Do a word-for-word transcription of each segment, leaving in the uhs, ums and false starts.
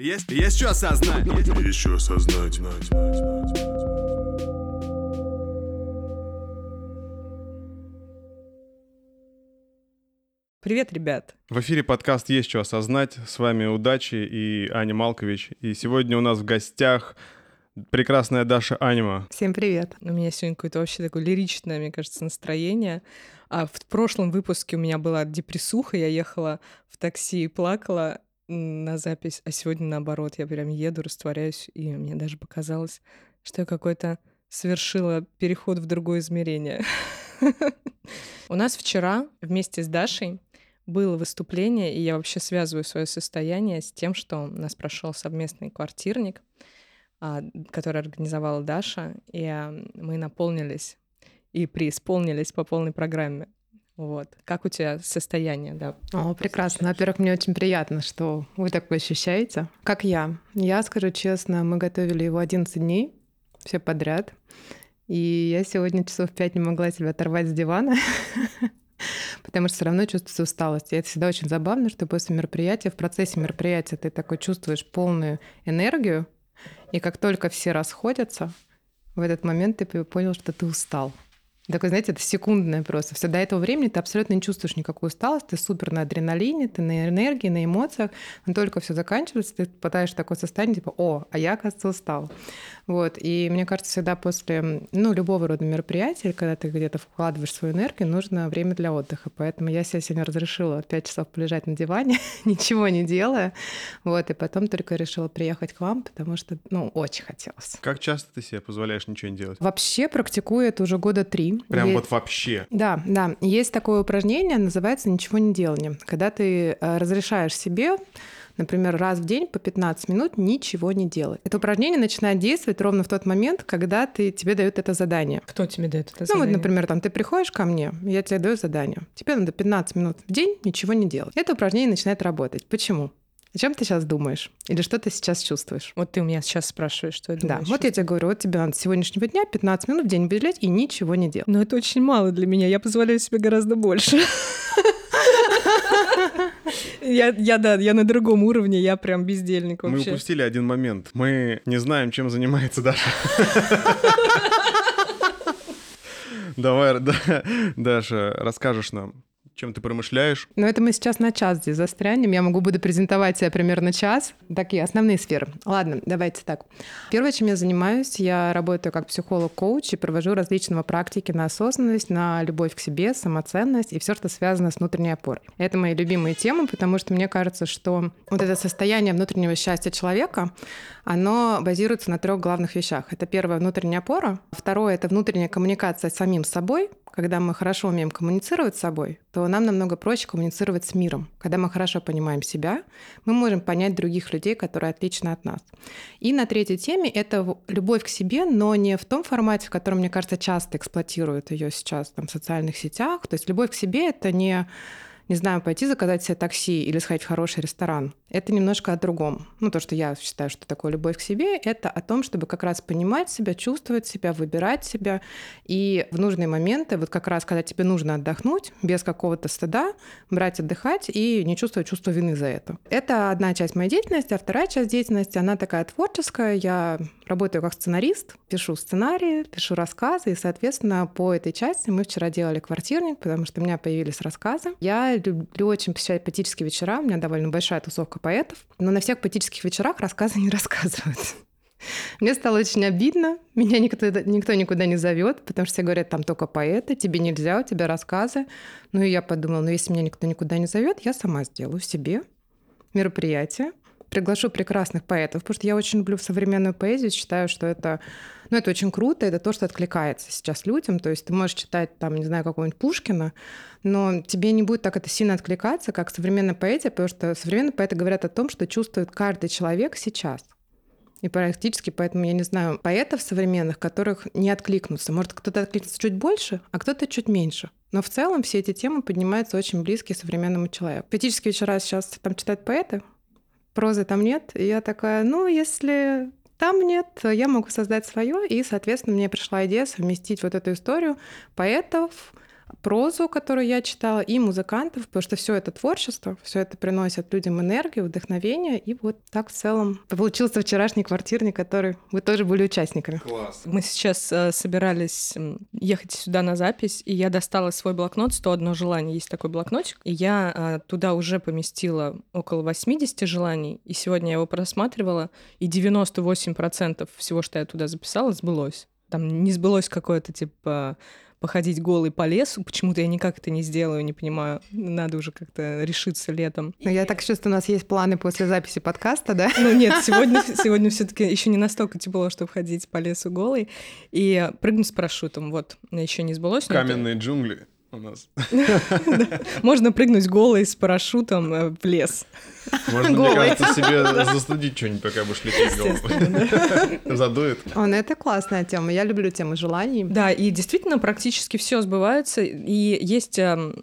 Есть, есть что осознать. Есть что осознать. Привет, ребят! В эфире подкаст «Есть что осознать». С вами Удачи и Аня Малкович. И сегодня у нас в гостях прекрасная Даша Анима. Всем привет! У меня сегодня какое-то вообще такое лиричное, мне кажется, настроение. А в прошлом выпуске у меня была депрессуха, я ехала в такси и плакала на запись, а сегодня наоборот, я прям еду, растворяюсь, и мне даже показалось, что я какой-то совершила переход в другое измерение. У нас вчера вместе с Дашей было выступление, и я вообще связываю свое состояние с тем, что у нас прошел совместный квартирник, который организовала Даша, и мы наполнились и преисполнились по полной программе. Вот. Как у тебя состояние, да? О, прекрасно. Во-первых, мне очень приятно, что вы такое ощущаете. Как я. Я скажу честно, мы готовили его одиннадцать дней, все подряд. И я сегодня часов пять не могла себя оторвать с дивана, потому что все равно чувствуется усталость. И это всегда очень забавно, что после мероприятия, в процессе мероприятия ты такой чувствуешь полную энергию, и как только все расходятся, в этот момент ты понял, что ты устал. Такой, знаете, это секундное просто. Все до этого времени ты абсолютно не чувствуешь никакую усталость, ты супер на адреналине, ты на энергии, на эмоциях, но только все заканчивается, ты попадаешь в такое состояние, типа, о, а я, оказывается, устал. Вот. И мне кажется, всегда после ну, любого рода мероприятия, когда ты где-то вкладываешь свою энергию, нужно время для отдыха. Поэтому я себе сегодня разрешила пять часов полежать на диване, ничего не делая. Вот. И потом только решила приехать к вам, потому что, ну, очень хотелось. Как часто ты себе позволяешь ничего не делать? Вообще практикую это уже года три. Прям Есть... вот вообще? Да, да. Есть такое упражнение, называется «ничего не делание». Когда ты разрешаешь себе, например, раз в день по пятнадцать минут ничего не делать. Это упражнение начинает действовать ровно в тот момент, когда ты, тебе дают это задание. Кто тебе дает это ну, задание? Ну вот, например, там, ты приходишь ко мне, я тебе даю задание. Тебе надо пятнадцать минут в день ничего не делать. Это упражнение начинает работать. Почему? О чем ты сейчас думаешь? Или что ты сейчас чувствуешь? Вот ты у меня сейчас спрашиваешь, что я думаю. Да, вот я тебе говорю, вот тебе надо с сегодняшнего дня пятнадцать минут в день выделять и ничего не делать. Но это очень мало для меня, я позволяю себе гораздо больше. Я, я, да, я на другом уровне, я прям бездельник вообще. Мы упустили один момент. Мы не знаем, чем занимается Даша. Давай, Даша, расскажешь нам, чем ты промышляешь? Ну, это мы сейчас на час здесь застрянем. Я могу буду презентовать себя примерно час. Такие основные сферы. Ладно, давайте так. Первое, чем я занимаюсь, я работаю как психолог-коуч и провожу различные практики на осознанность, на любовь к себе, самоценность и все, что связано с внутренней опорой. Это мои любимые темы, потому что мне кажется, что вот это состояние внутреннего счастья человека, оно базируется на трех главных вещах. Это первое — внутренняя опора. Второе — это внутренняя коммуникация с самим собой. Когда мы хорошо умеем коммуницировать с собой, то нам намного проще коммуницировать с миром. Когда мы хорошо понимаем себя, мы можем понять других людей, которые отличны от нас. И на третьей теме — это любовь к себе, но не в том формате, в котором, мне кажется, часто эксплуатируют ее сейчас там, в социальных сетях. То есть любовь к себе — это не... не знаю, пойти заказать себе такси или сходить в хороший ресторан. Это немножко о другом. Ну, то, что я считаю, что такое любовь к себе, это о том, чтобы как раз понимать себя, чувствовать себя, выбирать себя. И в нужные моменты, вот как раз, когда тебе нужно отдохнуть, без какого-то стыда, брать, отдыхать и не чувствовать чувство вины за это. Это одна часть моей деятельности, а вторая часть деятельности, она такая творческая. Я работаю как сценарист, пишу сценарии, пишу рассказы, и, соответственно, по этой части мы вчера делали квартирник, потому что у меня появились рассказы. Я люблю очень посещать поэтические вечера, у меня довольно большая тусовка поэтов, но на всех поэтических вечерах рассказы не рассказывают. Мне стало очень обидно, меня никто, никто никуда не зовет, потому что все говорят, там только поэты, тебе нельзя, у тебя рассказы. Ну и я подумала, ну если меня никто никуда не зовет, я сама сделаю себе мероприятие, приглашу прекрасных поэтов, потому что я очень люблю современную поэзию, считаю, что это, ну, это очень круто, это то, что откликается сейчас людям. То есть ты можешь читать, там, не знаю, какого-нибудь Пушкина, но тебе не будет так это сильно откликаться, как современная поэзия, потому что современные поэты говорят о том, что чувствует каждый человек сейчас. И практически поэтому я не знаю поэтов современных, которых не откликнутся. Может, кто-то откликнется чуть больше, а кто-то чуть меньше. Но в целом все эти темы поднимаются очень близкие современному человеку. Поэтические вечера сейчас там читают поэты, прозы там нет. И я такая, ну, если там нет, то я могу создать свое. И, соответственно, мне пришла идея совместить вот эту историю поэтов, прозу, которую я читала, и музыкантов, потому что все это творчество, все это приносит людям энергию, вдохновение. И вот так в целом получился вчерашний квартирник, который вы тоже были участниками. Класс. Мы сейчас э, собирались ехать сюда на запись, и я достала свой блокнот «сто одно желание». Есть такой блокнотик, и я э, туда уже поместила около восемьдесят желаний, и сегодня я его просматривала, и девяносто восемь процентов всего, что я туда записала, сбылось. Там не сбылось какое-то, типа, походить голый по лесу. Почему-то я никак это не сделаю, не понимаю. Надо уже как-то решиться летом. Но я так чувствую, у нас есть планы после записи подкаста, да? Ну нет, сегодня, сегодня все-таки еще не настолько тепло, чтобы ходить по лесу голый. И прыгнуть с парашютом. Вот, еще не сбылось. Каменные это... джунгли у нас. Можно прыгнуть голый с парашютом в лес. Можно, мне кажется, себе застудить что-нибудь, пока будешь лететь голову. Задует. Он это классная тема. Я люблю тему желаний. Да, и действительно практически все сбывается. И есть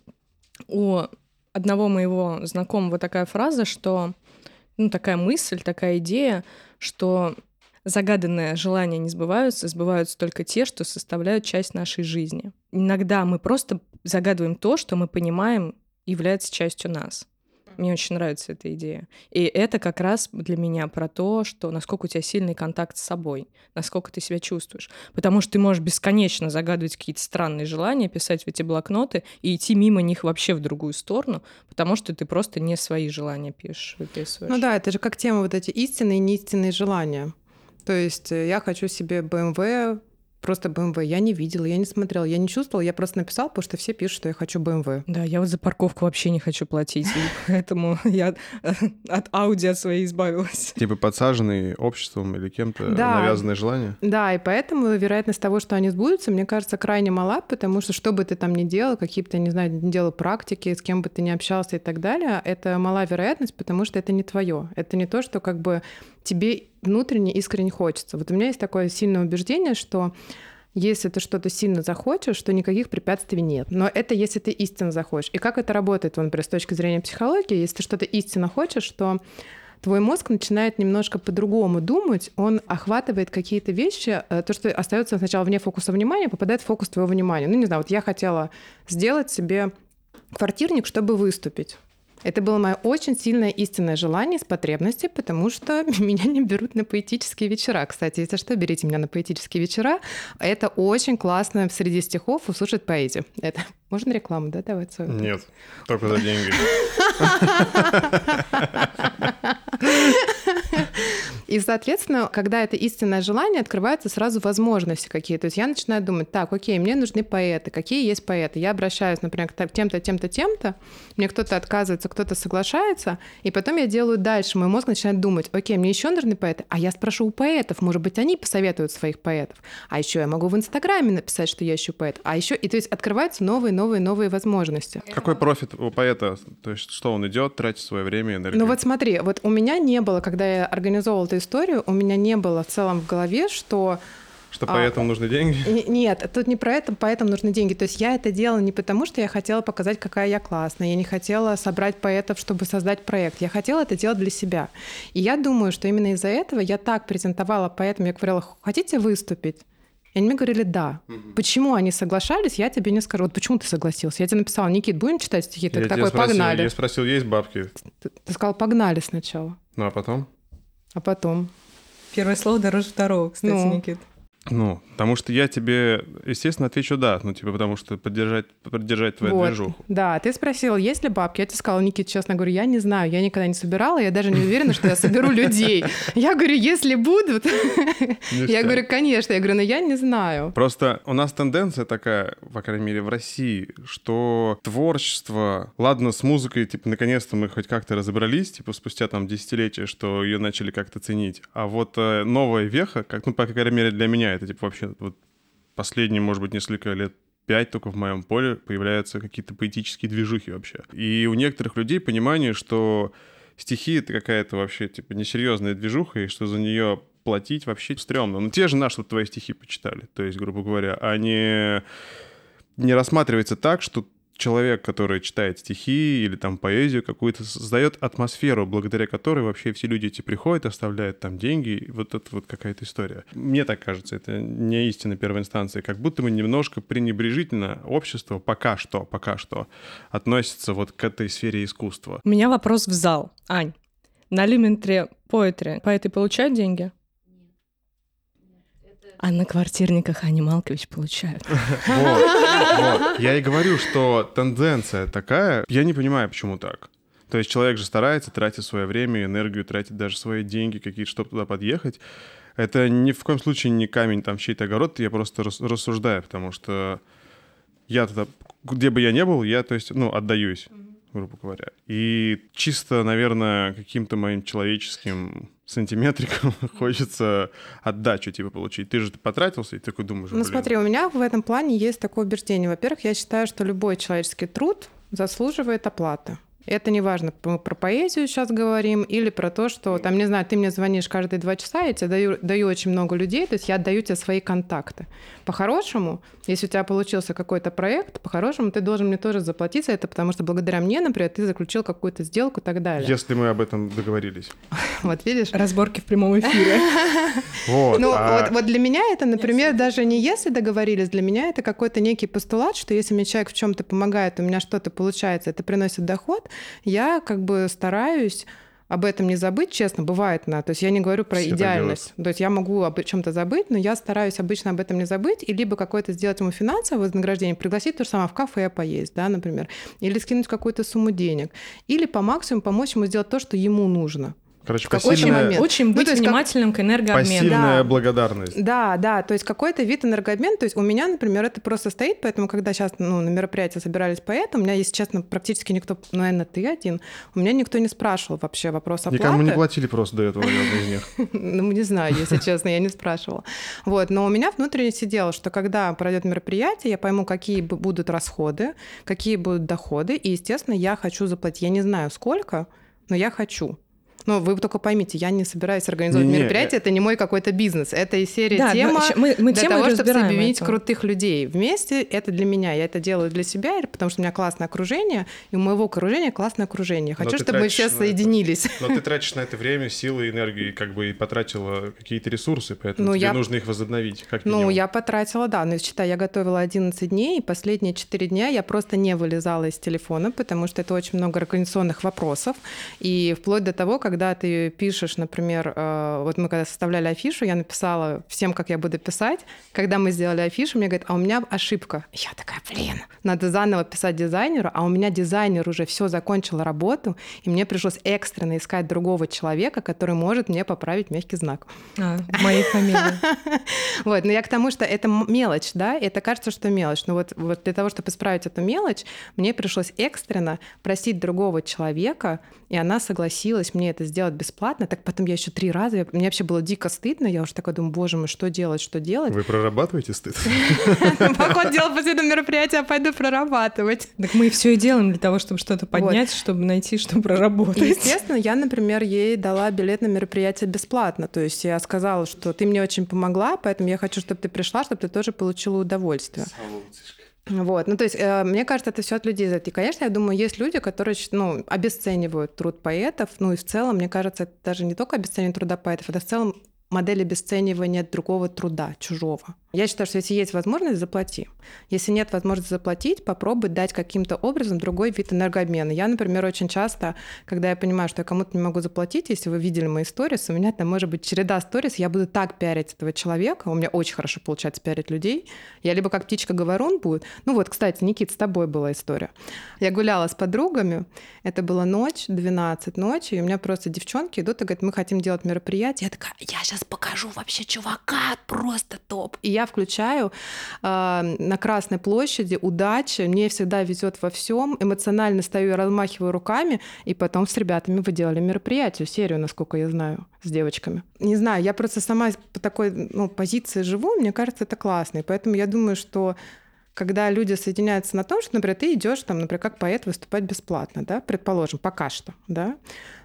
у одного моего знакомого такая фраза, что, ну, такая мысль, такая идея, что загаданные желания не сбываются, сбываются только те, что составляют часть нашей жизни. Иногда мы просто загадываем то, что мы понимаем является частью нас. Мне очень нравится эта идея. И это как раз для меня про то, что насколько у тебя сильный контакт с собой, насколько ты себя чувствуешь. Потому что ты можешь бесконечно загадывать какие-то странные желания, писать в эти блокноты и идти мимо них вообще в другую сторону, потому что ты просто не свои желания пишешь, выписываешь. Ну да, это же как тема вот эти истинные и неистинные желания. То есть я хочу себе бэ эм вэ, просто бэ эм вэ. Я не видела, я не смотрела, я не чувствовала, я просто написала, потому что все пишут, что я хочу бэ эм вэ. Да, я вот за парковку вообще не хочу платить, и поэтому я от Ауди от своей избавилась. Типа подсаженные обществом или кем-то навязанные желания? Да, и поэтому вероятность того, что они сбудутся, мне кажется, крайне мала, потому что что бы ты там ни делал, какие бы ты, не знаю, не делал практики, с кем бы ты ни общался и так далее, это мала вероятность, потому что это не твое. Это не то, что как бы тебе внутренне искренне хочется. Вот у меня есть такое сильное убеждение, что если ты что-то сильно захочешь, то никаких препятствий нет. Но это если ты истинно захочешь. И как это работает, например, с точки зрения психологии, если ты что-то истинно хочешь, то твой мозг начинает немножко по-другому думать, он охватывает какие-то вещи, то, что остается сначала вне фокуса внимания, попадает в фокус твоего внимания. Ну, не знаю, вот я хотела сделать себе квартирник, чтобы выступить. Это было мое очень сильное истинное желание с потребностью, потому что меня не берут на поэтические вечера. Кстати, если что, берите меня на поэтические вечера. Это очень классно среди стихов услышать поэзию. Это можно рекламу, да, давать свою? Нет, только за деньги. И, соответственно, когда это истинное желание, открываются сразу возможности какие-то. То есть я начинаю думать, так, окей, мне нужны поэты. Какие есть поэты? Я обращаюсь, например, к тем-то, тем-то, тем-то. Мне кто-то отказывается, кто-то соглашается. И потом я делаю дальше. Мой мозг начинает думать, окей, мне еще нужны поэты. А я спрошу у поэтов. Может быть, они посоветуют своих поэтов. А еще я могу в Инстаграме написать, что я ищу поэта. А еще, и то есть открываются новые, новые, новые возможности. Какой профит у поэта? То есть что он идет, тратит свое время и энергию? Ну вот смотри, вот у меня не было, когда я организовывала эту историю, у меня не было в целом в голове, что... Что поэтам а, нужны деньги? Нет, тут не про это, поэтам нужны деньги. То есть я это делала не потому, что я хотела показать, какая я классная. Я не хотела собрать поэтов, чтобы создать проект. Я хотела это делать для себя. И я думаю, что именно из-за этого я так презентовала поэтам. Я говорила, хотите выступить? И они мне говорили, да. Угу. Почему они соглашались, я тебе не скажу. Вот почему ты согласился? Я тебе написала, Никит, будем читать стихи? Ты я такой, спросил, погнали. Я спросил, есть бабки? Ты, ты сказал, погнали сначала. Ну, а потом? А потом? Первое слово дороже второго, кстати, ну. Никит. Ну, потому что я тебе, естественно, отвечу «да», ну, типа, потому что поддержать, поддержать твою вот. движуху. Да, ты спросил, есть ли бабки? Я тебе сказала, Никит, честно говорю, я не знаю, я никогда не собирала, я даже не уверена, что я соберу людей. Я говорю, если будут, я говорю, конечно, я говорю, но я не знаю. Просто у нас тенденция такая, по крайней мере, в России, что творчество, ладно, с музыкой, типа, наконец-то мы хоть как-то разобрались, типа, спустя там десятилетия, что ее начали как-то ценить, а вот новая веха, как, ну, по крайней мере, для меня это, типа, вообще вот последние, может быть, несколько лет пять только в моем поле появляются какие-то поэтические движухи вообще. И у некоторых людей понимание, что стихи — это какая-то вообще, типа, несерьезная движуха, и что за нее платить вообще стрёмно. Ну, те же наши, вот, твои стихи почитали, то есть, грубо говоря, они не рассматривается так, что человек, который читает стихи или там поэзию какую-то, создает атмосферу, благодаря которой вообще все люди эти приходят, оставляют там деньги. Вот это вот какая-то история. Мне так кажется, это не истина первой инстанции. Как будто бы немножко пренебрежительно общество пока что, пока что относится вот к этой сфере искусства. У меня вопрос в зал. Ань, на Lumentri Poetry поэты получают деньги? А на квартирниках Ани Малкович получают. Вот, вот. Я и говорю, что тенденция такая, я не понимаю, почему так. То есть человек же старается, тратит свое время, энергию, тратит даже свои деньги какие-то, чтобы туда подъехать. Это ни в коем случае не камень там в чей-то огород, я просто рассуждаю, потому что я туда, где бы я ни был, я, то есть, ну, отдаюсь, грубо говоря. И чисто, наверное, каким-то моим человеческим сантиметриком хочется отдачу типа получить. Ты же потратился, и ты такой думаешь, блин. Ну смотри, у меня в этом плане есть такое убеждение. Во-первых, я считаю, что любой человеческий труд заслуживает оплаты. Это не важно, мы про поэзию сейчас говорим или про то, что, там, не знаю, ты мне звонишь каждые два часа, я тебе даю, даю очень много людей, то есть я отдаю тебе свои контакты. По-хорошему, если у тебя получился какой-то проект, по-хорошему ты должен мне тоже заплатить за это, потому что благодаря мне, например, ты заключил какую-то сделку и так далее. Если мы об этом договорились. Вот видишь? Разборки в прямом эфире. Вот, ну, а... вот, вот для меня это, например, даже не если договорились, для меня это какой-то некий постулат, что если мне человек в чем-то помогает, у меня что-то получается, это приносит доход, я как бы стараюсь об этом не забыть, честно, бывает, на, то есть я не говорю про Все идеальность, то есть я могу об чем-то забыть, но я стараюсь обычно об этом не забыть, и либо какое-то сделать ему финансовое вознаграждение, пригласить то же самое в кафе поесть, да, например, или скинуть какую-то сумму денег, или по максимуму помочь ему сделать то, что ему нужно. Короче, в какой-то пассивная... момент. Очень быть ну, внимательным как... к энергообмену. Пассивная да. благодарность. Да, да, то есть какой-то вид энергообмена. То есть у меня, например, это просто стоит, поэтому когда сейчас ну, на мероприятии собирались поэты, у меня, если честно, практически никто, ну, наверное, ты один, у меня никто не спрашивал вообще вопрос оплаты. Никому не платили просто до этого, наверное, из них. Ну, не знаю, если честно, я не спрашивала. Вот, но у меня внутренне сидело, что когда пройдет мероприятие, я пойму, какие будут расходы, какие будут доходы, и, естественно, я хочу заплатить. Я не знаю, сколько, но я хочу. Но вы только поймите, я не собираюсь организовывать не, мероприятие, не, это не мой какой-то бизнес. Это из серии да, тема мы, мы для того, чтобы соединить это. крутых людей. Вместе это для меня. Я это делаю для себя, потому что у меня классное окружение, и у моего окружения классное окружение. Хочу, чтобы мы все соединились. Это. Но ты тратишь на это время, силы, энергию, и как бы и потратила какие-то ресурсы, поэтому ну, тебе я... нужно их возобновить. Как ну, я потратила, да. Но считай, я готовила одиннадцать дней, и последние четыре дня я просто не вылезала из телефона, потому что это очень много организационных вопросов. И вплоть до того, когда ты пишешь, например, вот мы когда составляли афишу, я написала всем, как я буду писать. Когда мы сделали афишу, мне говорят, а у меня ошибка. Я такая, блин, надо заново писать дизайнеру, а у меня дизайнер уже все закончил работу, и мне пришлось экстренно искать другого человека, который может мне поправить мягкий знак. А, в моей фамилии. Вот, но я к тому, что это мелочь, да, это кажется, что мелочь, но вот, вот для того, чтобы исправить эту мелочь, мне пришлось экстренно просить другого человека, и она согласилась мне это сделать бесплатно, так потом я еще три раза, я, мне вообще было дико стыдно, я уже такая думаю, боже мой, что делать, что делать? Вы прорабатываете стыд? Поход дела после этого мероприятия, пойду прорабатывать. Так мы и все и делаем для того, чтобы что-то поднять, чтобы найти, что проработать. Естественно, я, например, ей дала билет на мероприятие бесплатно, то есть я сказала, что ты мне очень помогла, поэтому я хочу, чтобы ты пришла, чтобы ты тоже получила удовольствие. Вот, ну то есть, э, мне кажется, это все от людей зависит. И, конечно, я думаю, есть люди, которые, ну, обесценивают труд поэтов, ну и в целом, мне кажется, это даже не только обесценивание труда поэтов, это в целом модель обесценивания другого труда, чужого. Я считаю, что если есть возможность, заплати. Если нет возможности заплатить, попробуй дать каким-то образом другой вид энергообмена. Я, например, очень часто, когда я понимаю, что я кому-то не могу заплатить, если вы видели мои сторис, у меня там может быть череда сторис, я буду так пиарить этого человека, у меня очень хорошо получается пиарить людей. Я либо как птичка-говорун буду. Ну вот, кстати, Никит, с тобой была история. Я гуляла с подругами, это была ночь, двенадцать ночи, и у меня просто девчонки идут и говорят, мы хотим делать мероприятие. Я такая, я сейчас покажу вообще чувака, просто топ. И я включаю э, на Красной площади удачи, мне всегда везет во всем, эмоционально стою, размахиваю руками, и потом с ребятами вы делали мероприятие, серию, насколько я знаю, с девочками. Не знаю, я просто сама по такой ну, позиции живу, мне кажется, это классно, и поэтому я думаю, что когда люди соединяются на том, что, например, ты идешь, там, например, как поэт выступать бесплатно, да, предположим, пока что, да,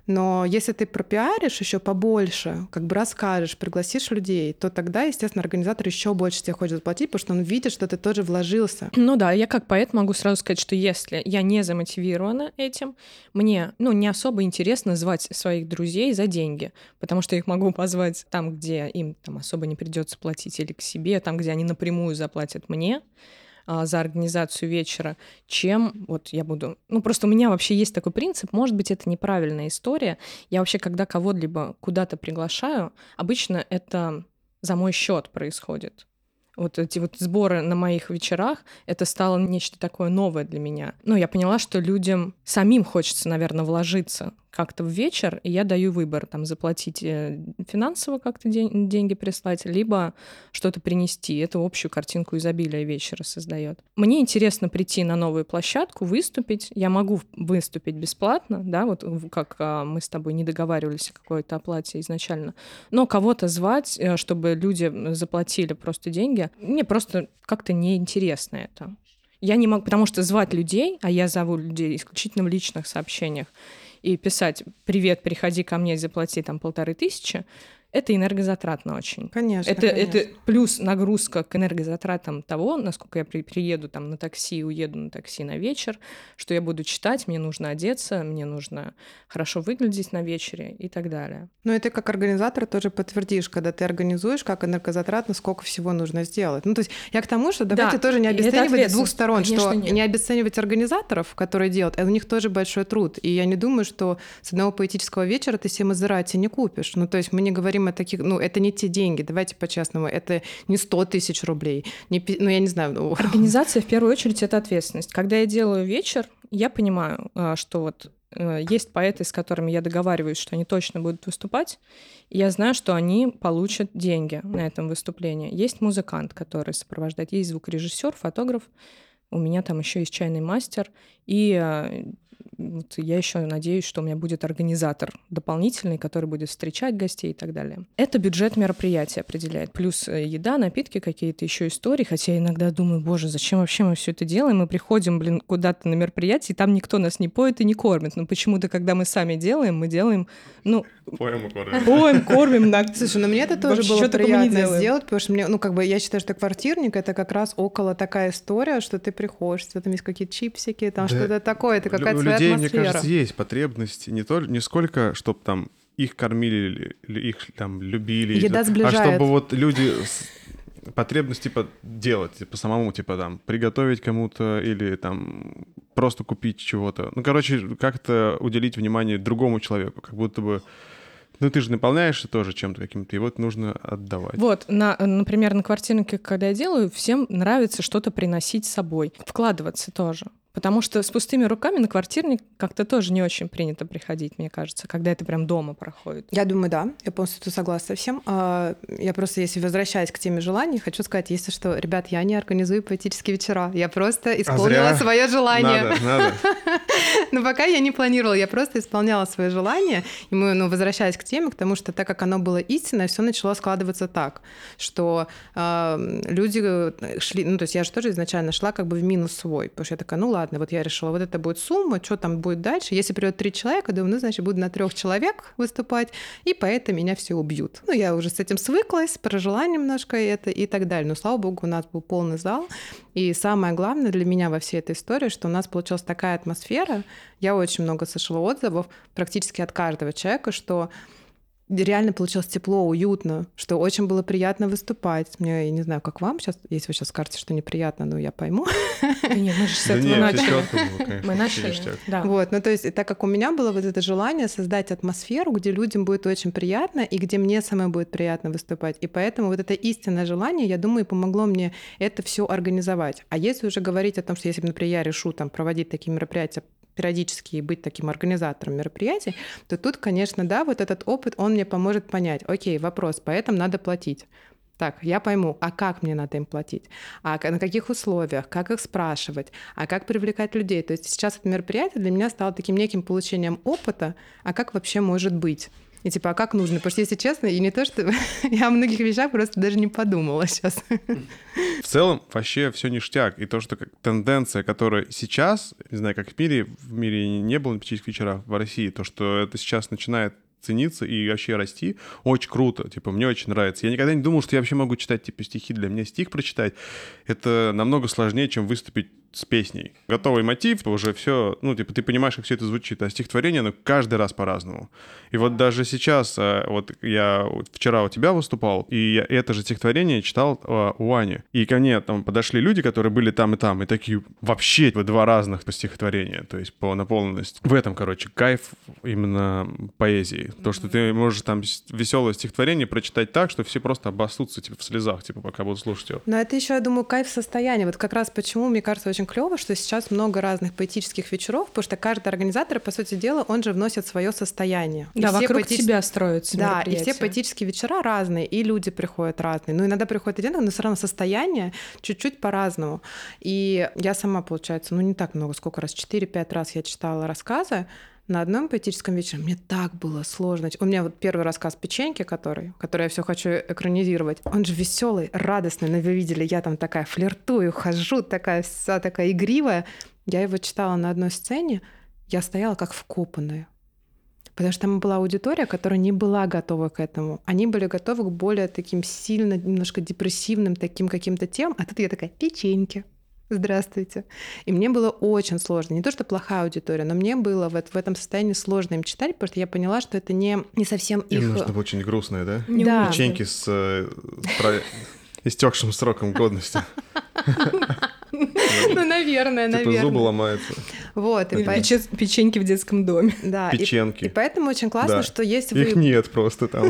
Но если ты пропиаришь еще побольше, как бы расскажешь, пригласишь людей, то тогда, естественно, организатор еще больше тебе хочет заплатить, потому что он видит, что ты тоже вложился. Ну да, я как поэт могу сразу сказать, что если я не замотивирована этим, мне ну, не особо интересно звать своих друзей за деньги, потому что я их могу позвать там, где им там особо не придется платить, или к себе, там, где они напрямую заплатят мне а, за организацию вечера, чем вот я буду... Ну, просто у меня вообще есть такой принцип, может быть, это неправильная история. Я вообще, когда кого-либо куда-то приглашаю, обычно это за мой счет происходит. Вот эти вот сборы на моих вечерах, это стало нечто такое новое для меня. Ну, я поняла, что людям самим хочется, наверное, вложиться как-то в вечер, и я даю выбор, там, заплатить финансово как-то день, деньги прислать, либо что-то принести. Это общую картинку изобилия вечера создает. Мне интересно прийти на новую площадку, выступить. Я могу выступить бесплатно, да, вот как мы с тобой не договаривались о какой-то оплате изначально, но кого-то звать, чтобы люди заплатили просто деньги, мне просто как-то неинтересно это. Я не могу, потому что звать людей, а я зову людей исключительно в личных сообщениях, и писать «Привет, приходи ко мне, заплати там полторы тысячи», это энергозатратно очень. Конечно, это, конечно. это плюс нагрузка к энергозатратам того, насколько я при, приеду там на такси, уеду на такси на вечер, что я буду читать, мне нужно одеться, мне нужно хорошо выглядеть на вечере и так далее. Ну и ты как организатор тоже подтвердишь, когда ты организуешь, как энергозатратно, сколько всего нужно сделать. Ну то есть я к тому, что давайте Да, тоже не обесценивать с двух сторон, Конечно, что нет. не обесценивать организаторов, которые делают, а у них тоже большой труд. И я не думаю, что с одного поэтического вечера ты себе Мазерати не купишь. Ну то есть мы не говорим о таких, ну это не те деньги, давайте по-честному, это не сто тысяч рублей, не, ну я не знаю. Ну... Организация в первую очередь это ответственность. Когда я делаю вечер, я понимаю, что вот есть поэты, с которыми я договариваюсь, что они точно будут выступать, и я знаю, что они получат деньги на этом выступлении. Есть музыкант, который сопровождает, есть звукорежиссер, фотограф, у меня там еще есть чайный мастер, и вот я еще надеюсь, что у меня будет организатор дополнительный, который будет встречать гостей и так далее. Это бюджет мероприятия определяет. Плюс еда, напитки, какие-то еще истории. Хотя я иногда думаю, боже, зачем вообще мы все это делаем? Мы приходим, блин, куда-то на мероприятие, и там никто нас не поет и не кормит. Но почему-то, когда мы сами делаем, мы делаем, ну... Поем и кормим. Поем, кормим. На... Слушай, ну мне это тоже вообще, было приятно не сделать, потому что мне, ну как бы я считаю, что квартирник — это как раз около такая история, что ты приходишь, там есть какие-то чипсики, там да. что-то такое, это какая-то своя людей, атмосфера. Мне кажется, есть потребности не, то, не сколько, чтобы там их кормили, или их там любили, еда сближает. А чтобы вот люди потребность типа делать, типа самому, типа там приготовить кому-то или там просто купить чего-то. Ну, короче, как-то уделить внимание другому человеку, как будто бы ну, ты же наполняешься тоже чем-то каким-то, и вот нужно отдавать. Вот, на, например, на квартирнике, когда я делаю, всем нравится что-то приносить с собой, вкладываться тоже. Потому что с пустыми руками на квартирник как-то тоже не очень принято приходить, мне кажется, когда это прям дома проходит. Я думаю, да. Я полностью согласна со всем. Я просто, если возвращаясь к теме желаний, хочу сказать, если что, ребят, я не организую поэтические вечера. Я просто исполнила а свое желание. Надо, надо. Но пока я не планировала, я просто исполняла свое желание. И мы, ну, возвращаясь к теме, к тому, что так как оно было истинное, все начало складываться так, что э, люди шли... Ну, то есть я же тоже изначально шла как бы в минус свой, потому что я такая, ну ладно, вот я решила, вот это будет сумма, что там будет дальше. Если придет три человека, думаю, ну, значит, буду на трех человек выступать, и поэтому меня все убьют. Ну, я уже с этим свыклась, прожила немножко это и так далее. Но, слава богу, у нас был полный зал. И самое главное для меня во всей этой истории, что у нас получилась такая атмосфера, я очень много слышала отзывов практически от каждого человека, что реально получилось тепло, уютно, что очень было приятно выступать. Мне, я не знаю, как вам сейчас, если вы сейчас скажете, что неприятно, но я пойму. Да нет, мы же с да этого нет, начали. было, конечно, мы начали, да. Вот, ну то есть, так как у меня было вот это желание создать атмосферу, где людям будет очень приятно и где мне самой будет приятно выступать. И поэтому вот это истинное желание, я думаю, помогло мне это все организовать. А если уже говорить о том, что если, например, я решу там проводить такие мероприятия периодически и быть таким организатором мероприятий, то тут, конечно, да, вот этот опыт, он мне поможет понять, окей, вопрос, поэтому надо платить. Так, я пойму, а как мне надо им платить? А на каких условиях? Как их спрашивать? А как привлекать людей? То есть сейчас это мероприятие для меня стало таким неким получением опыта, а как вообще может быть? И типа, а как нужно? Потому что, если честно, и не то, что я о многих вещах просто даже не подумала сейчас. в целом вообще все ништяк. И то, что как тенденция, которая сейчас, не знаю, как в мире, в мире не было поэтических вечеров, в России, то, что это сейчас начинает цениться и вообще расти, очень круто, типа, мне очень нравится. Я никогда не думал, что я вообще могу читать, типа, стихи. Для меня стих прочитать — это намного сложнее, чем выступить с песней. Готовый мотив, уже все, ну, типа, ты понимаешь, как все это звучит, а стихотворение, оно каждый раз по-разному. И вот даже сейчас, вот я вчера у тебя выступал, и я это же стихотворение читал у Ани. И ко мне там подошли люди, которые были там и там, и такие вообще два разных стихотворения, то есть по наполненности. В этом, короче, кайф именно поэзии. То, что ты можешь там веселое стихотворение прочитать так, что все просто обоссутся, типа, в слезах, типа, пока будут слушать его. Но это еще, я думаю, кайф состояния. Вот как раз почему, мне кажется, очень клево, что сейчас много разных поэтических вечеров, потому что каждый организатор, по сути дела, он же вносит свое состояние. Да, и вокруг поэтич... тебя строятся Да, мероприятия. и все поэтические вечера разные, и люди приходят разные. Ну, иногда приходят одинаково, но все равно состояние чуть-чуть по-разному. И я сама, получается, ну, не так много, сколько раз, четыре-пять раз я читала рассказы на одном поэтическом вечере. Мне так было сложно. У меня вот первый рассказ «Печеньки», который, который я все хочу экранизировать, он же веселый, радостный. Но вы видели, я там такая флиртую, хожу, такая вся такая игривая. Я его читала на одной сцене, я стояла как вкопанная. Потому что там была аудитория, которая не была готова к этому. Они были готовы к более таким сильно, немножко депрессивным таким каким-то темам. А тут я такая «Печеньки». Здравствуйте. И мне было очень сложно. Не то, что плохая аудитория, но мне было в, в этом состоянии сложно им читать, потому что я поняла, что это не, не совсем их... Им нужно очень грустное, да? Не да. Печеньки с э, про... истекшим сроком годности. Ну, наверное, наверное. Типа зубы ломаются. Вот. Печеньки в детском доме. Да. Печенки. И поэтому очень классно, что есть... Их нет просто там.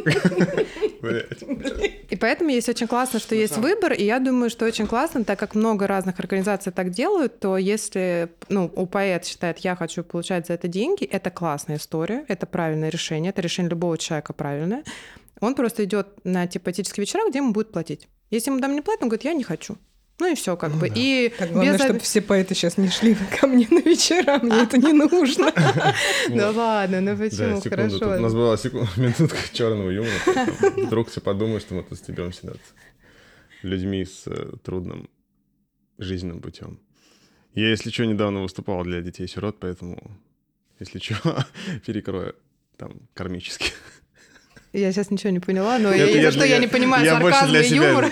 И поэтому есть очень классно, что есть выбор, и я думаю, что очень классно, так как много разных организаций так делают, то если ну, у поэт считает, я хочу получать за это деньги, это классная история, это правильное решение, это решение любого человека правильное. Он просто идет на те поэтические вечера, где ему будет платить. Если ему там не платят, он говорит, я не хочу. Ну и все как ну, бы. Да. И так главное, без... чтобы все поэты сейчас не шли ко мне на вечера, мне это не нужно. Ну ладно, ну почему? Хорошо. У нас была минутка черного юмора. Вдруг все подумают, что мы тут стебемся над людьми с трудным жизненным путем. Я, если что, недавно выступал для детей-сирот, поэтому, если что, перекрою там кармически. Я сейчас ничего не поняла, но из-за что я не понимаю сарказм и юмор.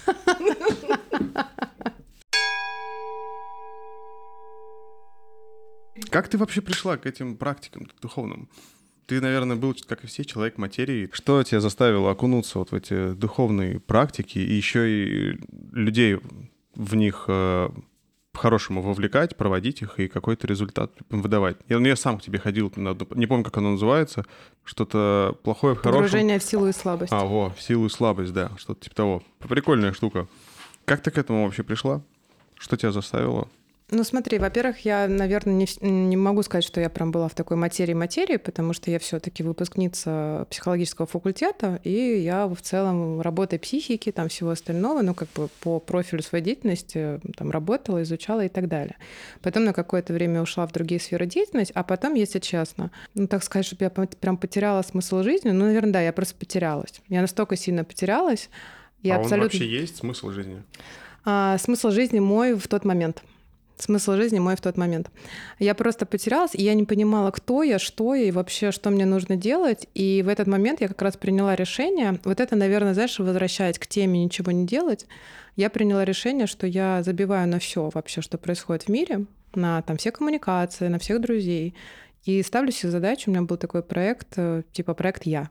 Как ты вообще пришла к этим практикам духовным? Ты, наверное, был, как и все, человек материи. Что тебя заставило окунуться вот в эти духовные практики и еще и людей в них э, по-хорошему вовлекать, проводить их и какой-то результат выдавать? Я, я сам к тебе ходил, не помню, как оно называется, что-то плохое в хорошем. Погружение в силу и слабость. А, во, в силу и слабость, да, что-то типа того. Прикольная штука. Как ты к этому вообще пришла? Что тебя заставило? Ну, смотри, во-первых, я, наверное, не, не могу сказать, что я прям была в такой материи-материи, потому что я все-таки выпускница психологического факультета, и я в целом работаю психики, там всего остального, ну, как бы по профилю своей деятельности там работала, изучала и так далее. Потом на какое-то время ушла в другие сферы деятельности, а потом, если честно, ну, так сказать, чтобы я прям потеряла смысл жизни, ну, наверное, да, я просто потерялась. Я настолько сильно потерялась. Я а абсолютно... он вообще есть смысл жизни? А, смысл жизни мой в тот момент. Смысл жизни мой в тот момент. Я просто потерялась, и я не понимала, кто я, что я, и вообще, что мне нужно делать. И в этот момент я как раз приняла решение, вот это, наверное, знаешь, возвращаясь к теме «ничего не делать», я приняла решение, что я забиваю на все вообще, что происходит в мире, на там все коммуникации, на всех друзей, и ставлю себе задачу, у меня был такой проект, типа проект «Я».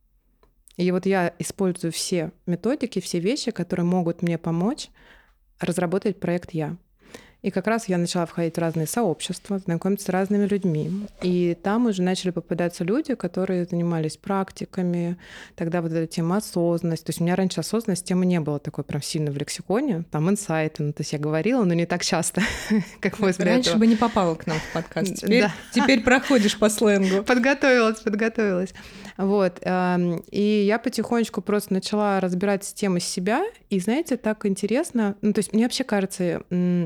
И вот я использую все методики, все вещи, которые могут мне помочь разработать проект «Я». И как раз я начала входить в разные сообщества, знакомиться с разными людьми. И там уже начали попадаться люди, которые занимались практиками. Тогда вот эта тема осознанности. То есть у меня раньше осознанность темы не было такой прям сильно в лексиконе. Там инсайты, ну, то есть я говорила, но не так часто, как после Раньше этого. бы не попала к нам в подкаст. Теперь, да. теперь проходишь по сленгу. Подготовилась, подготовилась. Вот. И я потихонечку просто начала разбирать тему себя. И, знаете, так интересно. Ну, то есть мне вообще кажется...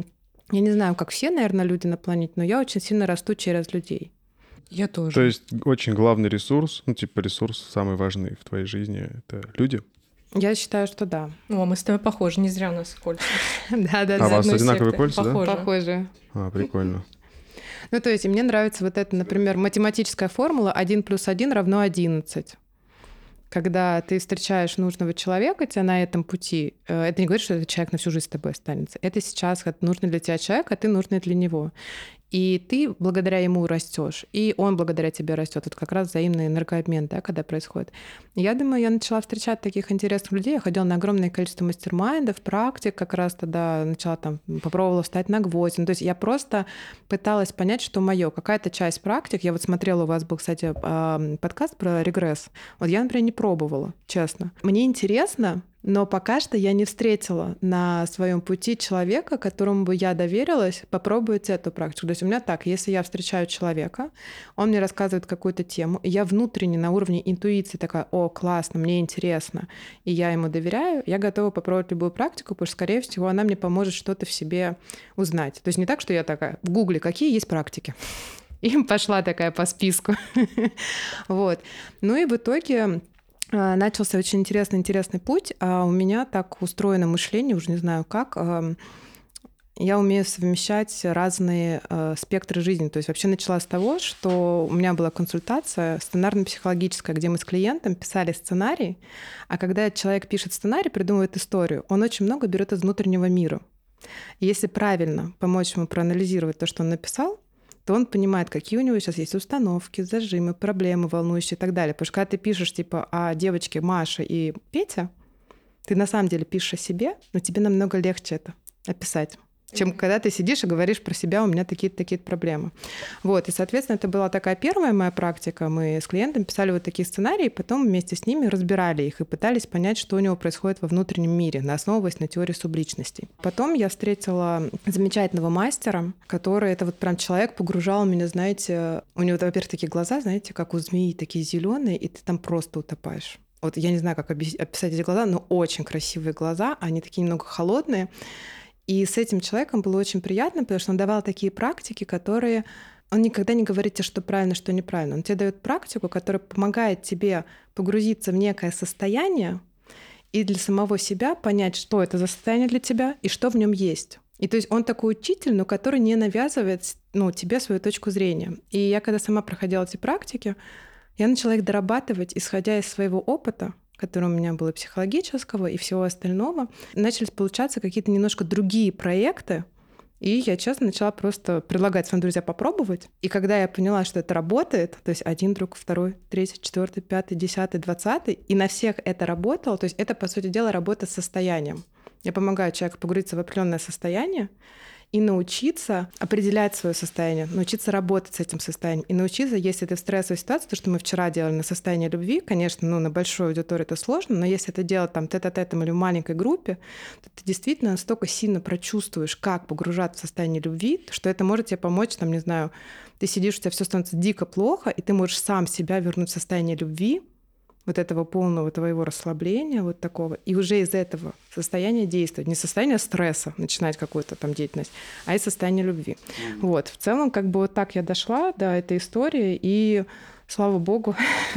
Я не знаю, как все, наверное, люди на планете, но я очень сильно расту через людей. Я тоже. То есть очень главный ресурс, ну, типа ресурс самый важный в твоей жизни — это люди? Я считаю, что да. О, мы с тобой похожи, не зря у нас кольца. Да, да, А да. у вас одинаковые кольца, да? Похожи. Похожие. А, прикольно. Ну, то есть мне нравится вот эта, например, математическая формула один плюс один равно одиннадцать. Когда ты встречаешь нужного человека, тебя на этом пути, это не говорит, что этот человек на всю жизнь с тобой останется. Это сейчас нужный для тебя человек, а ты нужный для него. И ты благодаря ему растешь, и он благодаря тебе растет. Это как раз взаимный энергообмен, да, когда происходит. Я думаю, я начала встречать таких интересных людей. Я ходила на огромное количество мастер-майндов, практик, как раз тогда начала там, попробовала встать на гвоздь. Ну, то есть я просто пыталась понять, что мое. Какая-то часть практик, я вот смотрела, у вас был, кстати, подкаст про регресс. Вот я, например, не пробовала, честно. Мне интересно, но пока что я не встретила на своем пути человека, которому бы я доверилась попробовать эту практику. То есть у меня так, если я встречаю человека, он мне рассказывает какую-то тему, и я внутренне на уровне интуиции такая: о, классно, мне интересно, и я ему доверяю, я готова попробовать любую практику, потому что, скорее всего, она мне поможет что-то в себе узнать. То есть не так, что я такая: в Гугле какие есть практики? И пошла такая по списку. Вот. Ну и в итоге начался очень интересный, интересный путь. А у меня так устроено мышление, уже не знаю как. Я умею совмещать разные спектры жизни. То есть вообще начала с того, что у меня была консультация сценарно-психологическая, где мы с клиентом писали сценарий, а когда человек пишет сценарий, придумывает историю, он очень много берет из внутреннего мира. И если правильно помочь ему проанализировать то, что он написал, то он понимает, какие у него сейчас есть установки, зажимы, проблемы волнующие и так далее. Потому что когда ты пишешь типа о девочке Маше и Пете, ты на самом деле пишешь о себе, но тебе намного легче это описать, чем когда ты сидишь и говоришь про себя: у меня такие-то, такие-то проблемы. Вот, и, соответственно, это была такая первая моя практика. Мы с клиентом писали вот такие сценарии, потом вместе с ними разбирали их и пытались понять, что у него происходит во внутреннем мире, основываясь на теории субличностей. Потом я встретила замечательного мастера, который, это вот прям человек, погружал меня, знаете, у него, во-первых, такие глаза, знаете, как у змеи, такие зеленые, и ты там просто утопаешь. Вот я не знаю, как описать эти глаза, но очень красивые глаза, они такие немного холодные. И с этим человеком было очень приятно, потому что он давал такие практики, которые... Он никогда не говорит тебе, что правильно, что неправильно. Он тебе дает практику, которая помогает тебе погрузиться в некое состояние и для самого себя понять, что это за состояние для тебя и что в нем есть. И то есть он такой учитель, но который не навязывает, ну, тебе свою точку зрения. И я, когда сама проходила эти практики, я начала их дорабатывать, исходя из своего опыта, который у меня было психологического и всего остального. Начались получаться какие-то немножко другие проекты, и я, честно, начала просто предлагать своим друзьям попробовать. И когда я поняла, что это работает, то есть один друг, второй, третий, четвертый, пятый, десятый, двадцатый, и на всех это работало, то есть это, по сути дела, работа с состоянием. Я помогаю человеку погрузиться в определенное состояние и научиться определять свое состояние, научиться работать с этим состоянием, и научиться, если ты в стрессовой ситуации, то, что мы вчера делали на состояние любви, конечно, ну, на большой аудитории это сложно, но если это делать там тет-а-тетом или в маленькой группе, то ты действительно настолько сильно прочувствуешь, как погружаться в состояние любви, что это может тебе помочь, там, не знаю, ты сидишь, у тебя все становится дико плохо, и ты можешь сам себя вернуть в состояние любви, вот этого полного твоего расслабления, вот такого, и уже из этого состояния действовать. Не состояние стресса, начинать какую-то там деятельность, а из состояния любви. Mm-hmm. Вот. В целом, как бы вот так я дошла до этой истории, и, слава богу,